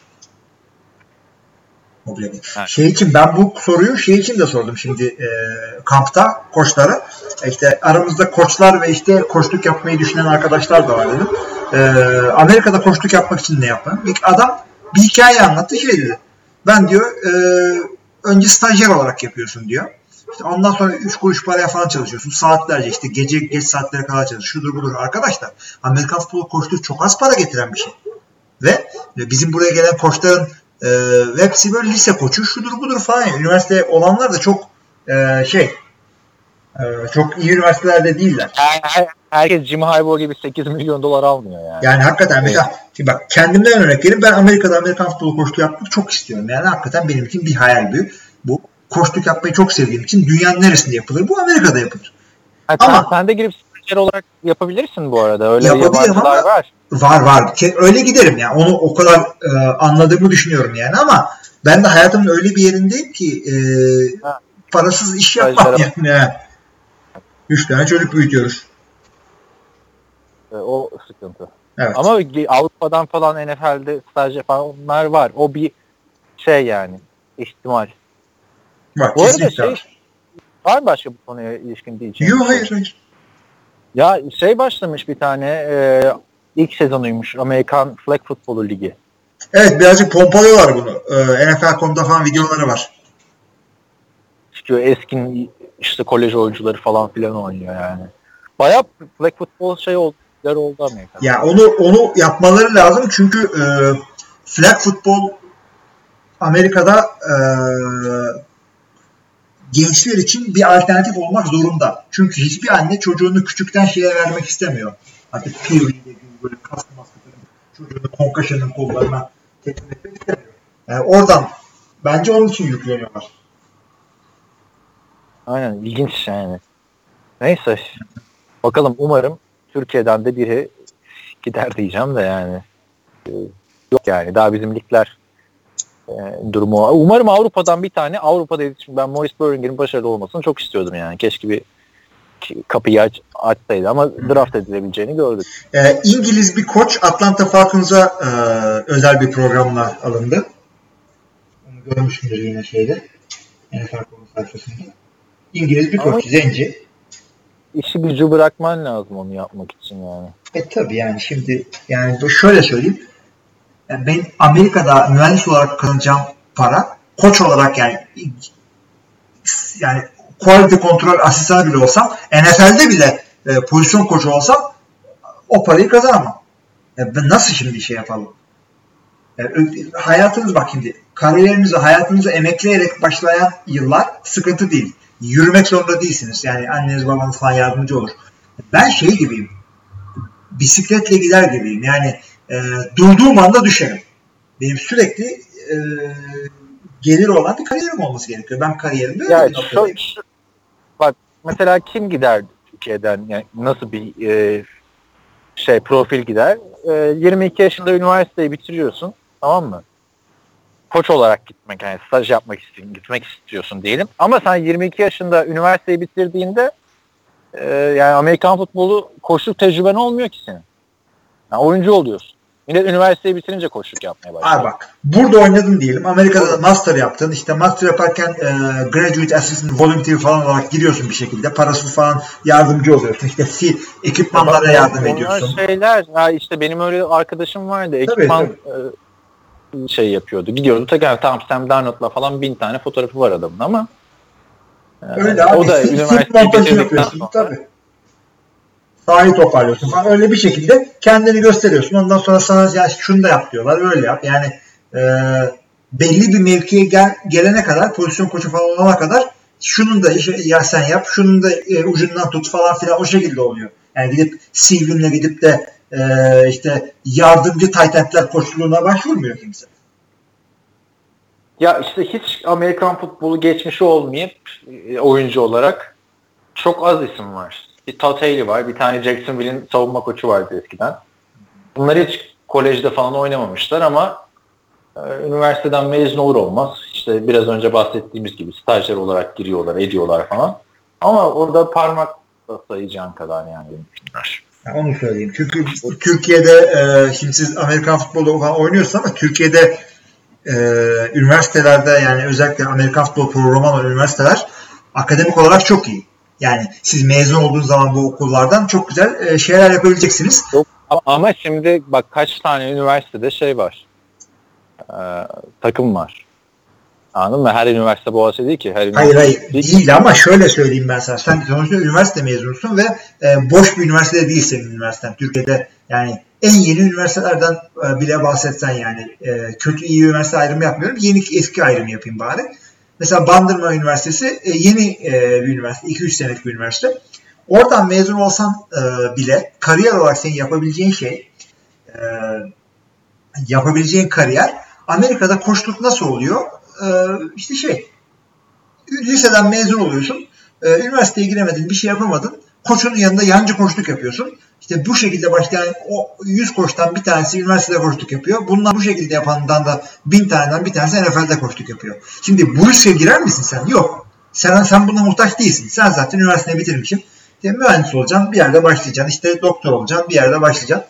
Evet. Şey için ben bu soruyu için de sordum şimdi kampta koçlara. İşte aramızda koçlar ve işte koçluk yapmayı düşünen arkadaşlar da var dedim. Amerika'da koçluk yapmak için ne yapalım? İlk adam bir hikaye anlattı, dedi. Ben diyor önce stajyer olarak yapıyorsun diyor. İşte ondan sonra 3 kuruş paraya falan çalışıyorsun. Saatlerce işte gece geç saatlere kadar çalışıyorsun. Şudur budur. Arkadaşlar Amerikan futbolu koçluğu çok az para getiren bir şey. Ve bizim buraya gelen koçların hepsi böyle lise koçu şudur budur falan. Yani üniversite olanlar da çok çok iyi üniversitelerde değiller. Herkes Jim Harbaugh gibi 8 milyon dolar almıyor yani. Yani hakikaten mesela şimdi bak kendimden örnek vereyim. Ben Amerika'da Amerikan futbolu koçluğu yapmak çok istiyorum. Yani hakikaten benim için bir hayal bu. Koçluk yapmayı çok sevdiğim için dünyanın neresinde yapılır? Bu Amerika'da yapılır. Ama sen de girip stajyer olarak yapabilirsin bu arada. Öyle yabancılar var. Var. Öyle giderim yani. Onu o kadar anladığımı düşünüyorum yani ama ben de hayatımın öyle bir yerindeyim ki parasız iş yapmam yani. 3 tane çocuk büyütüyoruz. O sıkıntı. Evet. Ama Avrupa'dan falan NFL'de staj yapanlar var. O bir yani ihtimal. Var, bu arada Var mı başka bu konuya ilişkin diyeceğim? Yok, hayır. Ya başlamış bir tane ilk sezonuymuş Amerikan Flag Futbolu Ligi. Evet, birazcık pompalıyorlar bunu. NFL.com'da falan videoları var. Çıkıyor eski işte kolej oyuncuları falan filan oynuyor yani. Bayağı flag futbol oldu Amerika'da. Ya onu yapmaları lazım çünkü flag futbol Amerika'da gençler için bir alternatif olmak zorunda. Çünkü hiçbir anne çocuğunu küçükten şeye vermek istemiyor. Artık Pee Wee'de böyle kaskı çocuğunu Concussion'ın kollarına teslim etmek istemiyor. Yani oradan bence onun için yükleniyorlar. Aynen, ilginç yani. Neyse. Bakalım, umarım Türkiye'den de biri gider diyeceğim de yani. Yok yani daha bizim ligler durumu. Umarım Avrupa'dan bir tane Avrupa'da iletişim. Ben Maurice Böringer'in başarılı olmasını çok istiyordum yani. Keşke bir kapıyı açsaydı ama draft edilebileceğini gördük. İngiliz bir koç Atlanta Falcons'a özel bir programla alındı. Onu görmüşsündür yine şeyde. NFL.com sayfasında. İngiliz bir koç, zenci. İşi gücü bırakman lazım onu yapmak için yani. Tabii yani şimdi yani şöyle söyleyeyim. Yani ben Amerika'da mühendis olarak kazanacağım para koç olarak yani quality kontrol asistanı bile olsam NFL'de bile pozisyon koçu olsam o parayı kazanamam. Ben nasıl şimdi şey yapalım? Hayatınız bak şimdi hayatınızı emekleyerek başlayan yıllar sıkıntı değil. Yürümek zorunda değilsiniz. Yani anneniz babanız falan yardımcı olur. Ben şey gibiyim. Bisikletle gider gibiyim. Yani durduğum anda düşerim. Benim sürekli geliri olan bir kariyerim olması gerekiyor. Ben kariyerimde öyle bir noktadayım. Bak mesela kim gider Türkiye'den? Yani nasıl bir profil gider? 22 yaşında üniversiteyi bitiriyorsun. Tamam mı? Koç olarak gitmek, yani staj yapmak gitmek istiyorsun diyelim. Ama sen 22 yaşında üniversiteyi bitirdiğinde yani Amerikan futbolu koçluk tecrüben olmuyor ki senin. Yani oyuncu oluyorsun. Millet üniversiteyi bitirince koçluk yapmaya başlıyor. Abi bak, burada oynadın diyelim. Amerika'da master yaptın. İşte master yaparken graduate assistant volunteer falan olarak giriyorsun bir şekilde. Parasız falan yardımcı oluyorsun. İşte ekipmanlara yardım ediyorsun. Şeyler, işte benim öyle arkadaşım vardı. Ekipman tabii. Yapıyordu. Gidiyordu. Tamam Sam Darnold'la falan 1000 tane fotoğrafı var adamın ama öyle abi. O da üniversiteyi bitirdikten sonra. Tabii. Sahayı toparlıyorsun falan. Öyle bir şekilde kendini gösteriyorsun. Ondan sonra sana ya şunu da yap diyorlar. Öyle yap. Yani belli bir mevkiye gelene kadar, pozisyon koçu falan olana kadar şunun da ya sen yap, şunun da ucundan tut falan filan, o şekilde oluyor. Yani gidip CV'nle gidip de işte yardımcı tight end'ler koçluğuna başvurmuyor kimse. Ya işte hiç Amerikan futbolu geçmişi olmayıp oyuncu olarak çok az isim var. Bir Todd Haley var. Bir tane Jacksonville'in savunma koçu vardı eskiden. Bunlar hiç kolejde falan oynamamışlar ama üniversiteden mezun olur olmaz işte biraz önce bahsettiğimiz gibi stajyer olarak giriyorlar, ediyorlar falan. Ama orada parmakla sayacağın kadar yani. Onu söyleyeyim. Çünkü Türkiye'de şimdi siz Amerikan futbolu falan oynuyorsunuz ama Türkiye'de üniversitelerde, yani özellikle Amerikan futbol programı olan üniversiteler akademik olarak çok iyi. Yani siz mezun olduğunuz zaman bu okullardan çok güzel şeyler yapabileceksiniz. Yok, ama şimdi bak kaç tane üniversitede var. Takım var. Anladın mı? Her üniversite Boğaziçi değil ki. Hayır değil ama şöyle söyleyeyim ben sana. Sen sonuçta üniversite mezunusun ve boş bir üniversite değil senin üniversiten. Türkiye'de yani en yeni üniversitelerden bile bahsetsen yani kötü iyi üniversite ayrımı yapmıyorum. Yeni eski ayrımı yapayım bari. Mesela Bandırma Üniversitesi yeni bir üniversite. 2-3 senelik bir üniversite. Oradan mezun olsan bile kariyer olarak senin yapabileceğin kariyer Amerika'da koçluk nasıl oluyor? İşte liseden mezun oluyorsun. Üniversiteye giremedin, bir şey yapamadın. Koçunun yanında yancı koçluk yapıyorsun. İşte bu şekilde başlayan o 100 koçtan bir tanesi üniversitede koçluk yapıyor. Bundan bu şekilde yapandan da 1000 taneden bir tanesi NFL'de koçluk yapıyor. Şimdi bu riske girer misin sen? Yok. Sen buna muhtaç değilsin. Sen zaten üniversiteyi bitirmişsin. İşte mühendis olacaksın, bir yerde başlayacaksın. İşte doktor olacaksın, bir yerde başlayacaksın.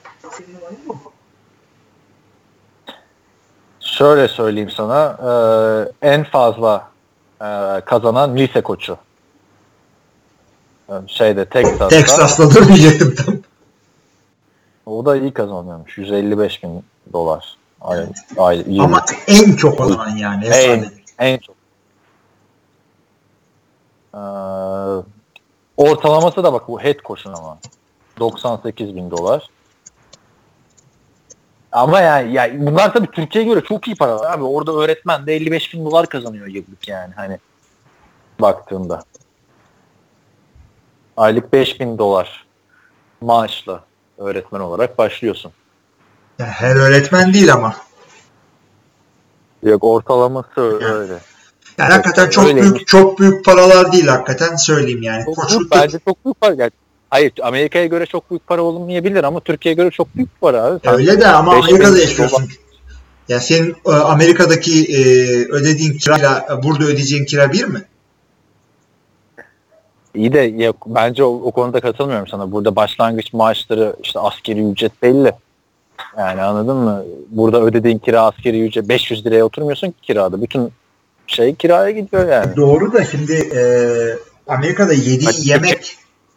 Şöyle söyleyeyim sana, en fazla kazanan lise koçu. Texas'ta. Texas'ta diyecektim tam. O da iyi kazanıyormuş. $155,000. Ama en çok olan yani. En çok. Ortalaması da bak bu head coach'un ama $98,000. Ama yani bunlar tabii Türkiye'ye göre çok iyi paralar abi. Orada öğretmen de $55,000 kazanıyor yıllık yani hani baktığında. Aylık $5,000 maaşla öğretmen olarak başlıyorsun. Yani her öğretmen değil ama. Yok ortalaması öyle. Yani hakikaten çok büyük paralar değil hakikaten söyleyeyim yani. Bence çok büyük para. Yani, hayır Amerika'ya göre çok büyük para olmayabilir ama Türkiye'ye göre çok büyük para abi. Öyle de ama Amerika'da yaşıyorsun. Yani senin Amerika'daki ödediğin kirayla burada ödeyeceğin kira bir mi? İyi de bence o konuda katılmıyorum sana. Burada başlangıç maaşları işte askeri ücret belli. Yani anladın mı? Burada ödediğin kira askeri ücret 500 liraya oturmuyorsun ki kirada. Bütün şey kiraya gidiyor yani. Doğru da şimdi Amerika'da yediğin yemek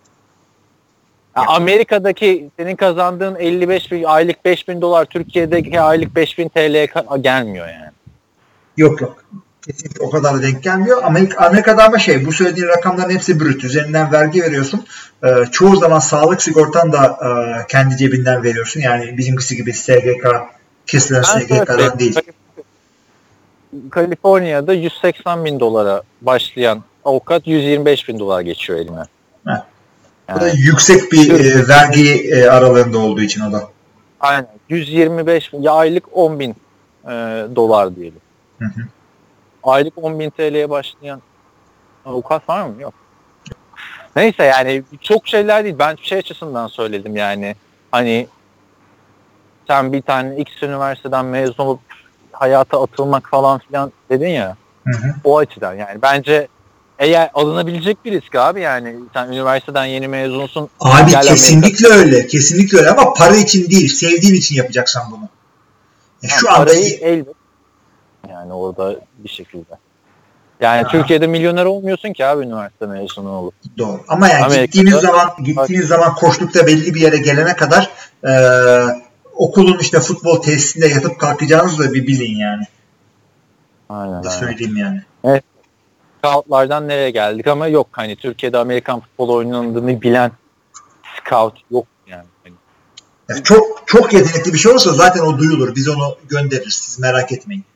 Amerika'daki senin kazandığın aylık $5,000 Türkiye'deki aylık 5.000 TL'ye gelmiyor yani. Yok. Kesinlikle o kadar denk gelmiyor. Amerika'da ama bu söylediğin rakamların hepsi brüt. Üzerinden vergi veriyorsun. Çoğu zaman sağlık sigortan da kendi cebinden veriyorsun. Yani bizimkisi gibi SGK kesilen SGK'dan değil. Kaliforniya'da $180,000 başlayan avukat $125,000 geçiyor eline. Yani. O da yüksek bir vergi aralığında olduğu için o da. Aynen. 125 aylık $10,000 diyelim. Hı. Aylık 10.000 TL'ye başlayan avukat var mı? Yok. Neyse yani çok şeyler değil. Ben açısından söyledim yani. Hani sen bir tane X üniversiteden mezun olup hayata atılmak falan filan dedin ya. Hı. O açıdan yani. Bence eğer alınabilecek bir risk abi yani. Sen üniversiteden yeni mezunsun. Abi kesinlikle öyle. Kesinlikle öyle ama para için değil. Sevdiğin için yapacaksan bunu. Şu anda elbet. Yani orada bir şekilde. Yani Türkiye'de milyoner olmuyorsun ki abi üniversite mezunu olup. Doğru. Ama yani gittiğiniz zaman koştukta belli bir yere gelene kadar okulun işte futbol tesisinde yatıp kalkacağınızı da bir bilin yani. Aynen. Söyleyeyim yani. Evet. Scoutlardan nereye geldik ama yok hani Türkiye'de Amerikan futbolu oynandığını bilen scout yok yani. Yani çok yetenekli bir şey olursa zaten o duyulur. Biz onu göndeririz. Siz merak etmeyin.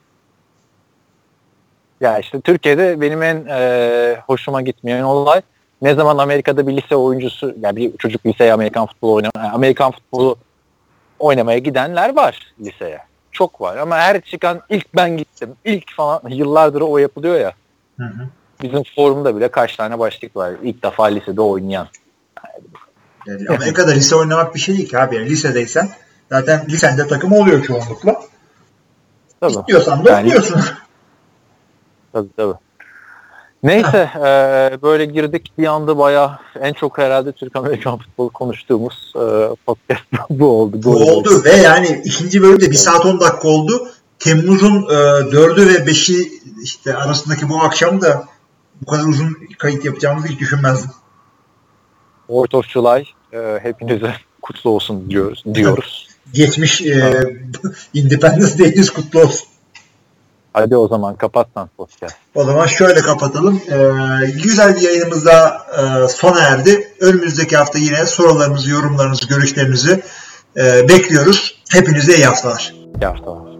Ya işte Türkiye'de benim en hoşuma gitmeyen olay ne zaman Amerika'da bir lise oyuncusu yani bir çocuk liseye Amerikan futbolu oynamaya gidenler var liseye. Çok var ama her çıkan ilk ben gittim. İlk falan yıllardır o yapılıyor ya. Hı. Bizim forumda bile kaç tane başlık var. İlk defa lisede oynayan. Yani Amerika'da lise oynamak bir şey değil ki abi. Yani lisedeysen zaten lisende takım oluyor çoğunlukla. Tabii. İstiyorsan da oynuyorsun. Tabii. Neyse böyle girdik bir anda bayağı en çok herhalde Türk-Amerikan futbolu konuştuğumuz podcast bu oldu. Bu oldu ve yani ikinci bölümde 1 saat 10 dakika oldu. Temmuz'un 4'ü ve 5'i işte arasındaki bu akşam da bu kadar uzun kayıt yapacağımızı hiç düşünmezdim. 4th of July hepinize kutlu olsun diyoruz. Geçmiş Independence Day'iniz kutlu olsun. Hadi o zaman kapatsan podcast. O zaman şöyle kapatalım. Güzel bir yayınımız daha sona erdi. Önümüzdeki hafta yine sorularınızı, yorumlarınızı, görüşlerinizi bekliyoruz. Hepinize iyi haftalar. İyi haftalar.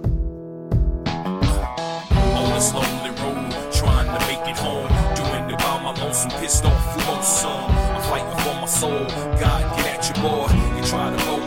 Pissed off, I'm fighting for my soul. God, get at your boy. You try to